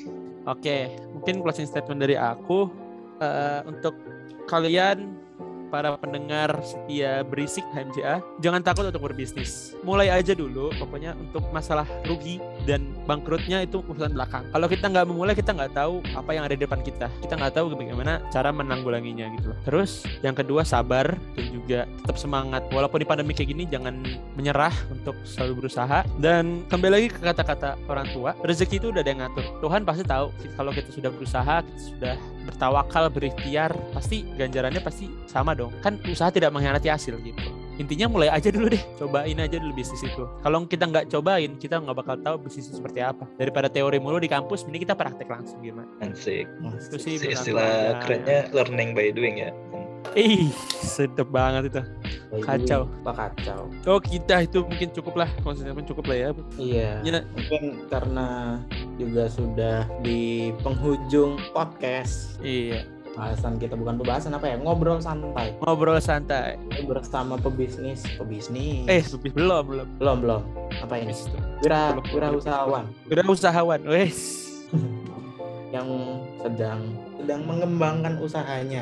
Oke, mungkin closing statement dari aku eh, untuk kalian para pendengar setia Berisik H M J A, jangan takut untuk berbisnis. Mulai aja dulu, pokoknya untuk masalah rugi dan bangkrutnya itu urusan belakang. Kalau kita nggak memulai, kita nggak tahu apa yang ada di depan kita. Kita nggak tahu bagaimana cara menanggulanginya gitu loh. Terus yang kedua sabar dan juga tetap semangat. Walaupun di pandemi kayak gini, jangan menyerah untuk selalu berusaha. Dan kembali lagi ke kata-kata orang tua, rezeki itu udah ada yang ngatur. Tuhan pasti tahu kalau kita sudah berusaha, kita sudah bertawakal, berikhtiar, pasti ganjarannya pasti sama dong. Kan usaha tidak mengkhianati hasil gitu. Intinya mulai aja dulu deh, cobain aja dulu bisnis itu. Kalau kita nggak cobain, kita nggak bakal tahu bisnis itu seperti apa. Daripada teori mulu di kampus, mending kita praktek langsung gimana. Asik. Itu sih Si menurut aku istilah aja. kerennya learning by doing ya. Ih, sedep banget itu. Kacau. Pak kacau. Oh kita itu mungkin cukup lah, konsentrasi cukup lah ya. Iya. Ya. Mungkin karena juga sudah di penghujung podcast. Iya. Bahasan kita bukan pembahasan apa ya, ngobrol santai. Ngobrol santai. Ini bersama pebisnis, pebisnis. Eh, belum belum. belum belum. Apa ini? Wira, wirausahawan Udah usahawan, wes. yang sedang sedang mengembangkan usahanya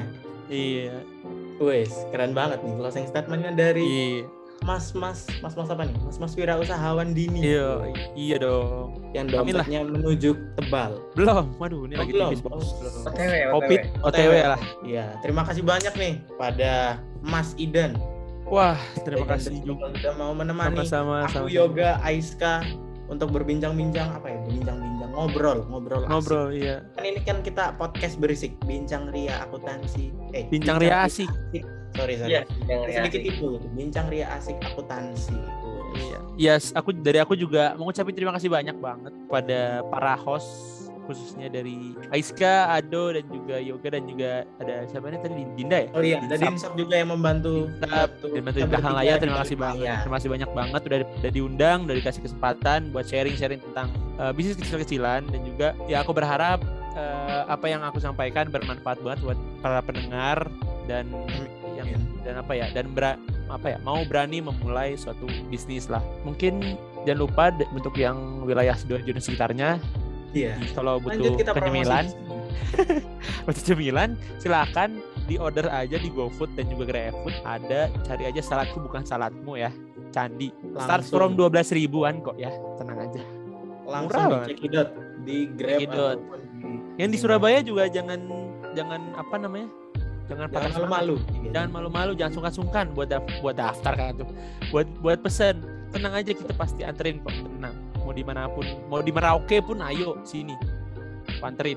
Iya. Wes, keren banget nih closing statementnya dari Iya. Mas Mas Mas Mas apa nih? Mas Mas wirausahawan dini. Iya, iya dong. Yang Amin lah. dompetnya menuju tebal. Belum. Waduh, ini Oh, lagi belum. tipis bos. Oh. O T W, Covid O T W lah. Iya, terima kasih banyak nih pada Mas Idan. Wah, terima Dan kasih juga. sudah mau menemani Sama-sama. aku sama-sama. Yoga Aiska untuk berbincang-bincang apa ya? Berbincang-bincang, ngobrol, ngobrol. asik. Ngobrol, iya. Kan ini kan kita podcast berisik, bincang ria akuntansi. Eh, Bincang ria asik. Sorry, sorry. Iya, yang Sedikit reaksi. itu, bincang ria asik akuntansi. Iya. Yes, aku dari aku juga mau ngucapin terima kasih banyak banget pada para host khususnya dari Aiska, Ado dan juga Yoga dan juga ada siapa nih tadi Dinda ya? Oh iya, ada Dinsap. Dinsap juga yang membantu Dinsap, membantu dan bantu kita di belakang bertiga layar. di Terima balik kasih banget. layar. Terima kasih banyak banget udah udah diundang, udah dikasih kesempatan buat sharing-sharing tentang uh, bisnis kecil-kecilan dan juga ya aku berharap uh, apa yang aku sampaikan bermanfaat banget buat para pendengar dan yang dan apa ya dan ber, apa ya mau berani memulai suatu bisnis lah. Mungkin jangan lupa de- untuk yang wilayah Sidoarjo dan sekitarnya, Iya. kalau Lanjut butuh kita penyemilan, promosi. butuh cemilan, silakan di order aja di GoFood dan juga GrabFood. Ada, cari aja saladku bukan saladmu ya. Candi. Start Langsung. from dua belas ribuan kok ya. Tenang aja. Langsung Murah di banget. Cekidot di Grab Cekidot. ataupun di Yang di Surabaya juga jangan jangan apa namanya? Jangan jangan patah semangat. malu-malu. Jangan malu-malu, jangan sungkan-sungkan buat daf- buat daftar kan tuh. Buat buat pesen. Tenang aja, kita pasti anterin kok, tenang. Mau dimanapun, mau di Merauke pun ayo sini. Aku anterin.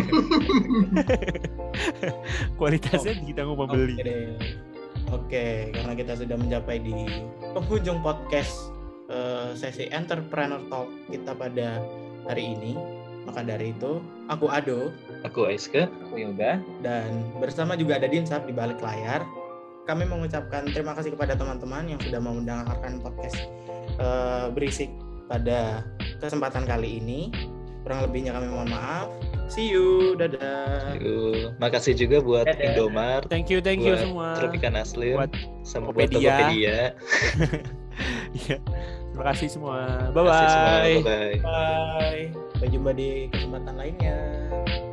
Kualitasnya kita mau membeli. Oke deh. Oke, karena kita sudah mencapai di penghujung podcast eh, sesi Entrepreneur Talk kita pada hari ini. Maka dari itu, aku Ado Aku Aiska. Aku Yoga. dan bersama juga ada Dinsap di balik layar. Kami mengucapkan terima kasih kepada teman-teman yang sudah mau mendengarkan podcast eh, berisik pada kesempatan kali ini. Kurang lebihnya kami mohon maaf. See you, dadah. Yuk, makasih juga buat Dadah. Indomart, Thank you, thank you buat semua. Tropikan Aslim, Buat sama buat Tokopedia. Tokopedia. Iya. Terima kasih semua. Terima kasih semua. Bye bye. Bye-bye. Bye. Sampai jumpa di kesempatan lainnya.